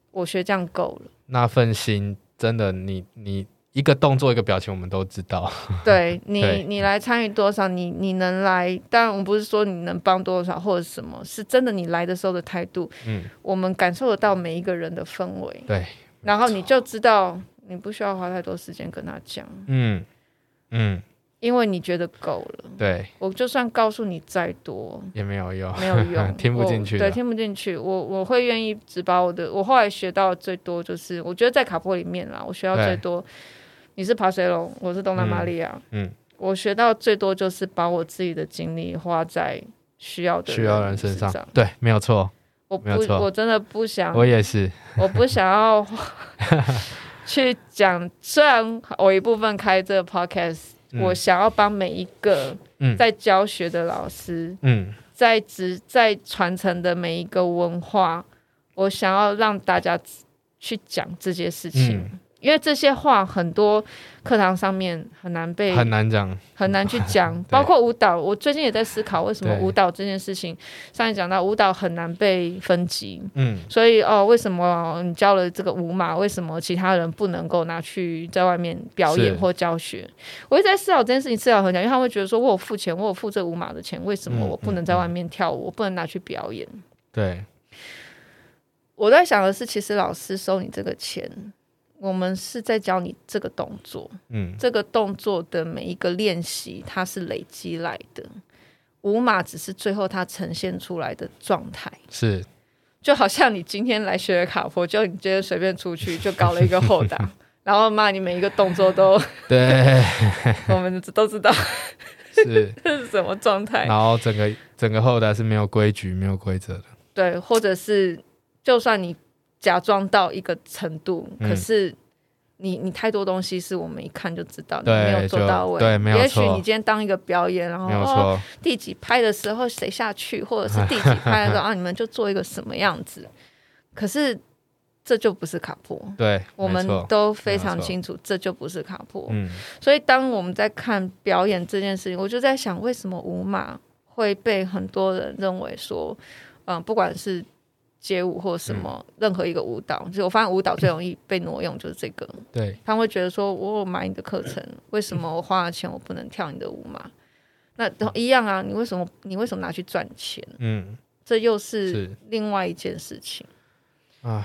我学这样够了。 那份心真的你你一个动作一个表情我们都知道。 对你对你来参与多少，你你能来，当然我们不是说你能帮多少或者什么，是真的你来的时候的态度，嗯，我们感受得到每一个人的氛围， 对， 然后你就知道你不需要花太多时间跟他讲，嗯嗯，因为你觉得够了。 对， 我就算告诉你再多也没有用， 没有用， 听不进去。 对，听不进去。我我会愿意只把我的，我后来学到最多就是，我觉得在卡波里面啦，我学到最多。你是爬水龙，我是东南玛利亚。嗯，嗯我学到最多就是把我自己的精力花在需要的人需要人身上。 对，没有错。 我不，我真的不想。 我也是。 我不想要去讲，虽然我一部分开这个 podcast，、嗯、我想要帮每一个在教学的老师，嗯，在职在传承的每一个文化，我想要让大家去讲这些事情。嗯，因为这些话很多课堂上面很难被很难讲， 很难去讲，包括舞蹈。我最近也在思考，为什么舞蹈这件事情，上一讲到舞蹈很难被分级，嗯，所以哦，为什么你教了这个舞码，为什么其他人不能够拿去在外面表演或教学？我一直在思考这件事情，思考很久，因为他们会觉得说，我有付钱，我有付这舞码的钱，为什么我不能在外面跳舞，我不能拿去表演？ 对， 我在想的是，其实老师收你这个钱。我们是在教你这个动作，嗯，这个动作的每一个练习，它是累积来的。舞码只是最后它呈现出来的状态， 是就好像你今天来学卡波，就你今天随便出去就搞了一个后打，然后骂你每一个动作都对， 我们都知道是这是什么状态。 然后整个整个后打是没有规矩、没有规则的， 对，或者是就算你。假装到一个程度，嗯、可是你你太多东西是我们一看就知道你没有做到位。 对，没有错。 也许你今天当一个表演，然后哦第几拍的时候谁下去，或者是第几拍的时候啊，你们就做一个什么样子。可是这就不是卡波， 对， 我们都非常清楚，这就不是卡波。嗯，所以当我们在看表演这件事情，我就在想，为什么舞码会被很多人认为说，嗯，不管是街舞或什么、嗯、任何一个舞蹈，就我发现舞蹈最容易被挪用就是这个。 对， 他们会觉得说我有买你的课程，为什么我花了钱我不能跳你的舞嘛？那一样啊，你为什么你为什么拿去赚钱？嗯，这又是另外一件事情啊。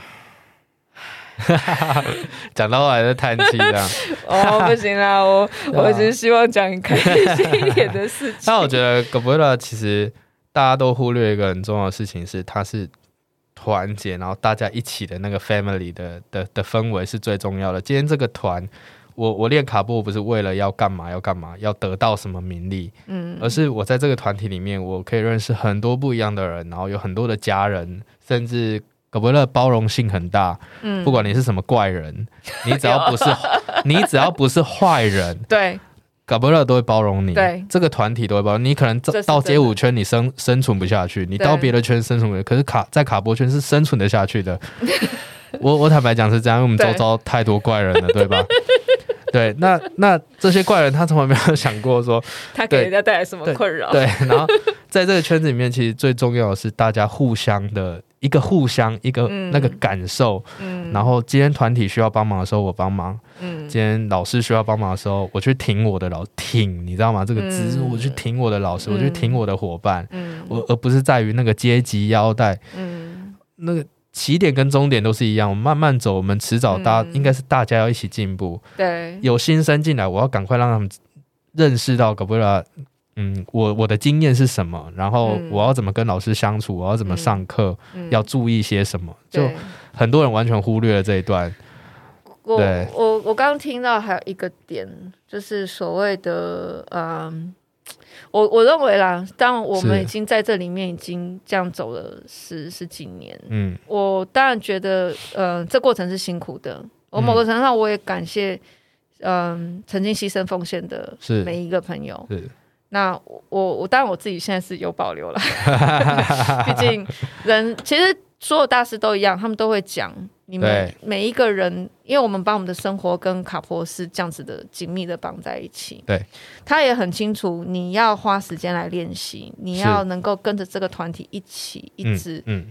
讲到后来在叹气这样哦，不行啦，我我只是希望讲开心一点的事情。 但我觉得 Gabriela 其实大家都忽略一个很重要的事情，是它是团结，然后大家一起的那个 family 的 的, 的氛围是最重要的。今天这个团，我我练卡波不是为了要干嘛要干嘛，要得到什么名利，嗯，而是我在这个团体里面，我可以认识很多不一样的人，然后有很多的家人，甚至Gabriela包容性很大，嗯，不管你是什么怪人，你只要不是你只要不是坏人， 对。 Gabriela 都会包容你， 对， 这个团体都会包容你。可能到街舞圈你 生, 生存不下去，你到别的圈生存不下去，可是卡在卡波圈是生存得下去的。我我坦白讲是这样，因为我们周遭太多怪人了， 对, 对吧？对，那那这些怪人他从来没有想过说他给人家带来什么困扰。 对，对，然后在这个圈子里面，其实最重要的是大家互相的一个互相一个那个感受。嗯，然后今天团体需要帮忙的时候我帮忙，嗯，今天老师需要帮忙的时候我去挺我的老挺，你知道吗？这个字、嗯、我去挺我的老师，嗯、我去挺我的伙伴，嗯，我而不是在于那个阶级腰带，嗯，那个。起点跟终点都是一样，我们慢慢走，我们迟早大家、嗯、应该是大家要一起进步。 对， 有新生进来，我要赶快让他们认识到 Gabriela， 嗯，我我的经验是什么，然后我要怎么跟老师相处，我要怎么上课、嗯，要注意些什么。就很多人完全忽略了这一段。 我我我刚刚听到还有一个点，就是所谓的嗯。我我认为啦，当然我们已经在这里面已经这样走了十十几年，嗯，我当然觉得，呃，这过程是辛苦的。我某个程度上我也感谢，嗯、呃，曾经牺牲奉献的每一个朋友。是，那我我当然我自己现在是有保留了，毕竟人其实所有大师都一样，他们都会讲。你们每一个人，因为我们把我们的生活跟卡波是这样子的紧密的绑在一起， 对， 他也很清楚你要花时间来练习，你要能够跟着这个团体一起一直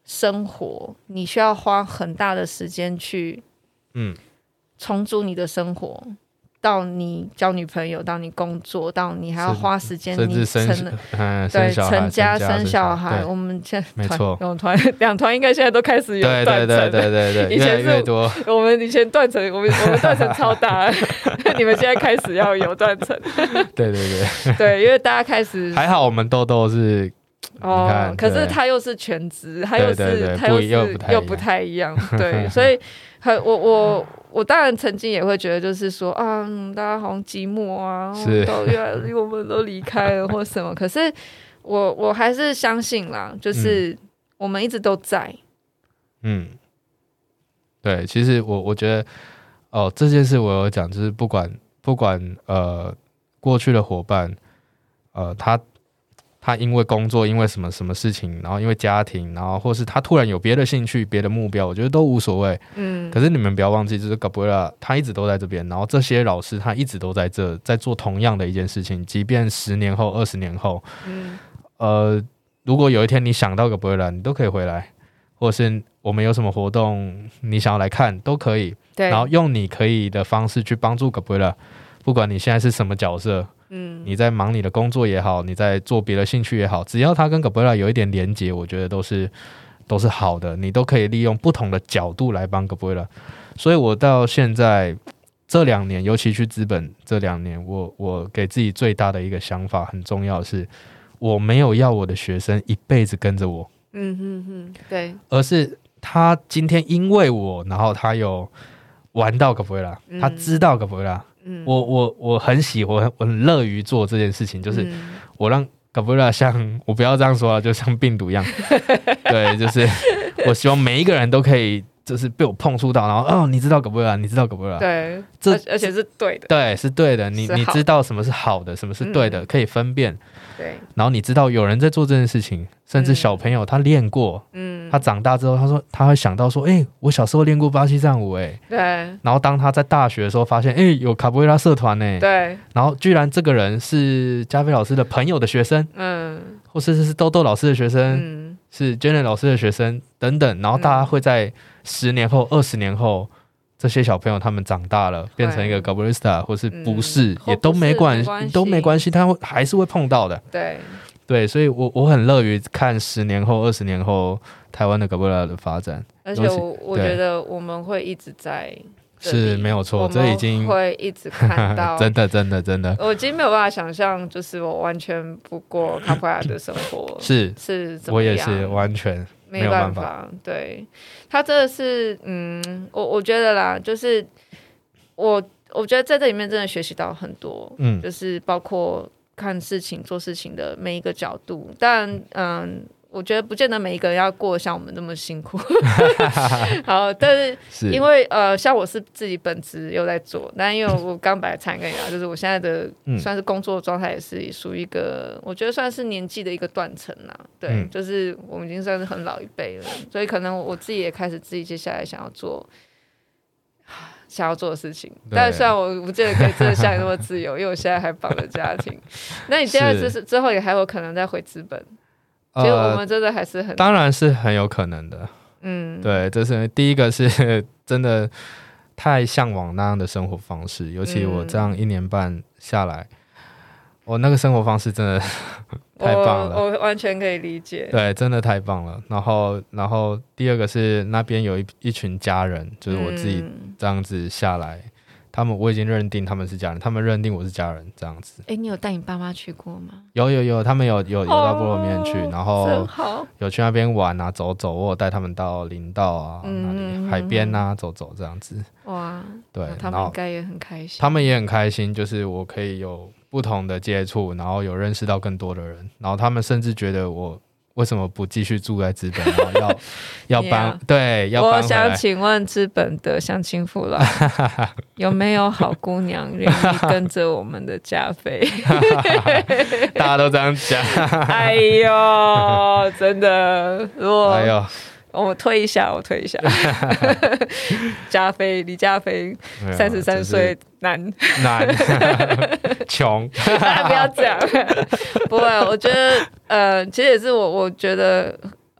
生活，你需要花很大的时间去嗯重组你的生活，到你交女朋友，到你工作，到你还要花时间， 甚至生成嗯对成家生小孩。我们现在没错， 两团两团应该现在都开始有断层， 对对对对对对， 以前是越来越多。 我们以前断层，我们我们断层超大，你们现在开始要有断层。 对对对对，因为大家开始还好，我们豆豆是。 哦，可是他又是全职，他又是对对对他又是又又不太一样，对，所以很我我我当然曾经也会觉得，就是说啊、嗯，大家好像寂寞啊，都越来离我们都离开了或什么。可是我我还是相信啦，就是我们一直都在。 嗯，对，其实我我觉得哦，这件事我有讲，就是不管不管呃过去的伙伴，呃他。他因为工作，因为什么什么事情，然后因为家庭，然后或是他突然有别的兴趣、别的目标，我觉得都无所谓。嗯，可是你们不要忘记，就是 Gabriela 他一直都在这边，然后这些老师他一直都在这，在做同样的一件事情，即便十年后、二十年后，嗯，呃，如果有一天你想到 Gabriela，你都可以回来，或是我们有什么活动你想要来看都可以。对，然后用你可以的方式去帮助 Gabriela，不管你现在是什么角色。嗯，你在忙你的工作也好，你在做别的兴趣也好，只要他跟 Gabriela 有一点连结，我觉得都是都是好的，你都可以利用不同的角度来帮 Gabriela。所以我到现在这两年，尤其去资本这两年，我我给自己最大的一个想法，很重要的是，我没有要我的学生一辈子跟着我，嗯哼哼，对，而是他今天因为我，然后他有玩到 Gabriela，嗯，他知道 Gabriela。我我我很喜欢，我很乐于做这件事情，就是我让 Gabriela 像我不要这样说啊，就像病毒一样，对，就是我希望每一个人都可以，就是被我碰触到，然后哦，你知道 Gabriela， 你知道 Gabriela， 对，这而且是对的， 对，是对的，你你知道什么是好的，什么是对的，嗯，可以分辨，对，然后你知道有人在做这件事情，甚至小朋友他练过，嗯，他长大之后，他说他会想到说，哎，欸，我小时候练过巴西战舞，哎，对，然后当他在大学的时候发现，哎，欸，有卡布瑞拉社团呢，对，然后居然这个人是加菲老师的朋友的学生，嗯，或是是豆豆老师的学生，嗯，是 Janet 老师的学生等等，然后大家会在十年后、二十年后。这些小朋友他们长大了，变成一个 Gabriela 或是不是，嗯，也都没关系，都没关系，他会还是会碰到的。对对，所以我我很乐于看十年后、二十年后台湾的 Gabriela 的发展。 而且我我觉得我们会一直在这里， 是没有错，这已经会一直看到， 真的真的真的， 我已经没有办法想象，就是我完全不过 Gabriela 的生活， 是是怎么样， 我也是完全。 没办法，对，他真的是，嗯，我我觉得啦，就是我我觉得在这里面真的学习到很多，嗯，就是包括看事情、做事情的每一个角度，但嗯，我觉得不见得每一个人要过得像我们那么辛苦，好，但是, 是因为呃，像我是自己本职又在做，但因为我刚本来参跟你聊，就是我现在的算是工作状态也是属于一个，我觉得算是年纪的一个断层啦，对，嗯，就是我们已经算是很老一辈了，所以可能我自己也开始自己接下来想要做想要做的事情，但虽然我不见得可以真的像你那么自由，因为我现在还绑着家庭。那你现在之之后也还有可能再回资本？其实我们真的还是很， 当然是很有可能的。嗯，对，这是第一个，是真的太向往那样的生活方式，尤其我这样一年半下来，我、嗯、那个生活方式真的太棒了， 我, 我完全可以理解。 对，真的太棒了。然后，然后第二个是那边有 一, 一群家人，就是我自己这样子下来。嗯，他们我已经认定他们是家人，他们认定我是家人，这样子。 哎，你有带你爸妈去过吗？ 有有有，他们有有有到部落里面去，哦，然后有去那边玩啊，走走，我有带他们到林道啊，嗯，那里海边啊，走走这样子。哇，对， 他们应该也很开心。 他们也很开心，就是我可以有不同的接触，然后有认识到更多的人，然后他们甚至觉得我为什么不继续住在资本，然后要要搬，yeah. 对，要搬回来。 我想请问资本的乡亲父老有没有好姑娘愿意跟着我们的加菲？ 大家都这样讲。 哎呦，真的，如果哎呦， 我推一下，我推一下。加菲，李加菲，三十三岁，男， 男，穷。 不要这样。不会，我觉得，呃，其实也是我，我觉得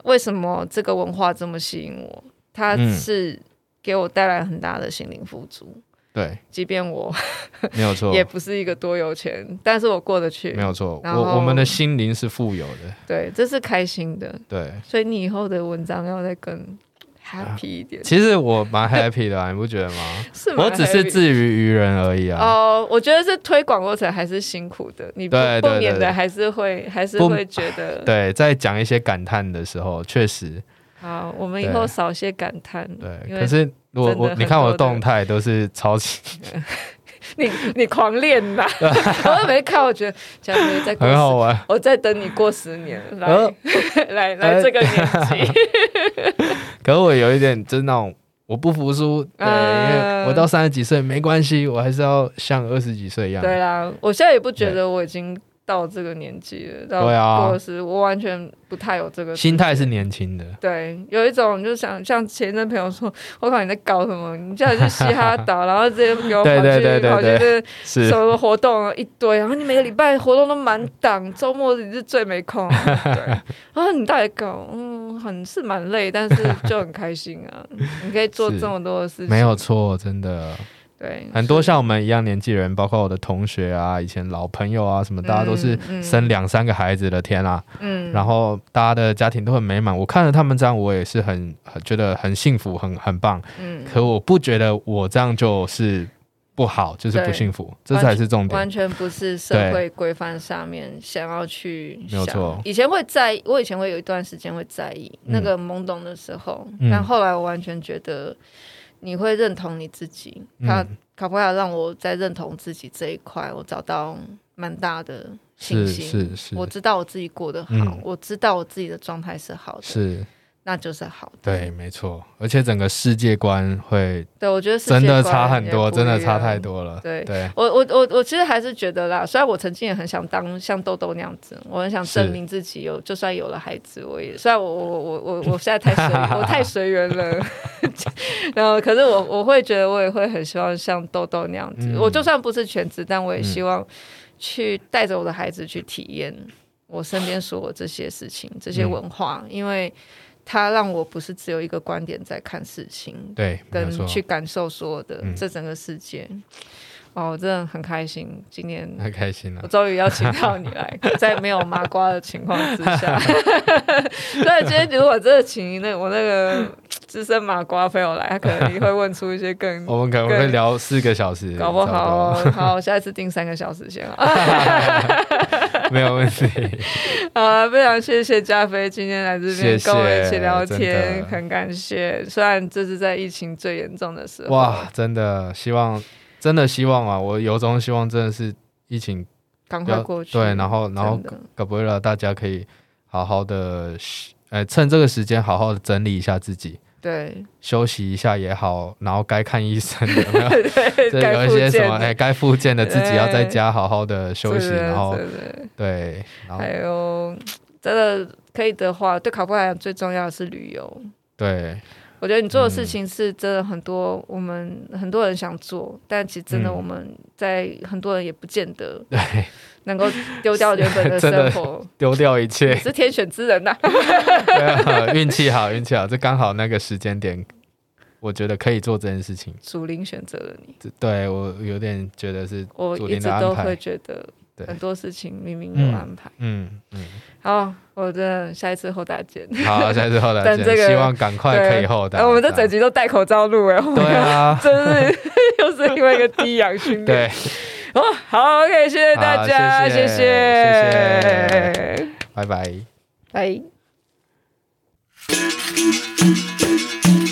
为什么这个文化这么吸引我？它是给我带来很大的心灵富足。 对， 即便我没有错， 也不是一个多有钱，但是我过得去， 没有错。我我们的心灵是富有的， 对，这是开心的。 对， 所以你以后的文章要再更 happy 一点。啊、 其实我蛮 happy 的、啊，你不觉得吗？ 是， 我只是自娱于人而已啊。 哦，我觉得是推广过程还是辛苦的，你不不免的还是会还是会觉得， 对，在讲一些感叹的时候，确实。 好，我们以后少些感叹。 对，可是我我你看我的动态都是超级， 你你狂练呐！我没看，我觉得嘉飞再过很好玩， 我再等你过十年来、呃、来来这个年纪。 可是我有一点就是那种我不服输，对，呃、因为我到三十几岁没关系，我还是要像二十几岁一样。 对啦，我现在也不觉得我已经到这个年纪了，到过时、啊、我完全不太有这个心态，是年轻的。 对，有一种就想像前阵朋友说，我靠你在搞什么？你叫你去嘻哈岛，然后直接给我跑去对对对对跑去这什么活动一堆，然后你每个礼拜活动都满档，周末你是最没空。对，然后你到底搞，嗯，很是蛮累，但是就很开心啊！你可以做这么多的事情， 没有错，真的。 对， 很多像我们一样年纪人，包括我的同学啊，以前老朋友啊，什么，大家都是生两三个孩子的天啊，嗯，然后大家的家庭都很美满。我看了他们这样，我也是很很觉得很幸福，很很棒。嗯，可我不觉得我这样就是不好，就是不幸福，这才是重点。 完全不是社会规范上面想要去想。 没有错。 以前会在意，我以前会有一段时间会在意、嗯、那个懵懂的时候，嗯、但后来我完全觉得。你会认同你自己，他卡普亚让我在认同自己这一块，我找到蛮大的信心。 是是是， 我知道我自己过得好、嗯，我知道我自己的状态是好的， 是， 那就是好的。 对，没错，而且整个世界观会， 对我觉得真的差很多，真的差太多了。 对， 对我我我我其实还是觉得啦，虽然我曾经也很想当像豆豆那样子，我很想证明自己有，就算有了孩子，我也虽然我我我我我现在太随我太随缘了。然后，可是我我会觉得我也会很希望像豆豆那样子、嗯，我就算不是全职，但我也希望去带着我的孩子去体验我身边所有这些事情、这些文化，嗯、因为它让我不是只有一个观点在看事情， 对， 跟去感受所有的、嗯、这整个世界。哦，我真的很开心，今年很开心了、啊， 我终于邀请到你来，在没有麻瓜的情况之下。所以今天如果真的请那我那个资深麻瓜朋友来，他可能也会问出一些更， 我们可能会聊四个小时， 搞不好哦。好，下一次定三个小时先没有问题。 好，非常谢谢嘉飞今天来这边跟我一起聊天，很感谢。虽然这是在疫情最严重的时候， 哇，真的希望。真的希望啊，我由衷希望真的是疫情赶快过去， 对，然后然后搞不了，大家可以好好的，呃，趁这个时间好好的整理一下自己， 对， 休息一下也好，然后该看医生有没有？ 对， 有一些什么哎，该复健的自己要在家好好的休息，然后对，然后还有真的可以的话，对考布来讲最重要的是旅游， 对。 我觉得你做的事情是真的很多，嗯、我们很多人想做，但其实真的我们在很多人也不见得能够丢掉原本的生活， 丢掉一切， 你是天选之人呐、啊！ 对啊，运气好，运气好，这刚好那个时间点，我觉得可以做这件事情。 属灵选择了你， 对我有点觉得是我一直都会觉得很多事情冥冥有安排。嗯 嗯, 嗯，好。我真的下一次后打见， 好，下一次后打见，这个、希望赶快可以后打。 我们这整集都戴口罩录哎， 对啊， 真是又是因为一个低氧训练。 对， 哦，好 ，OK， 谢谢大家，谢谢，谢谢，拜拜， 拜。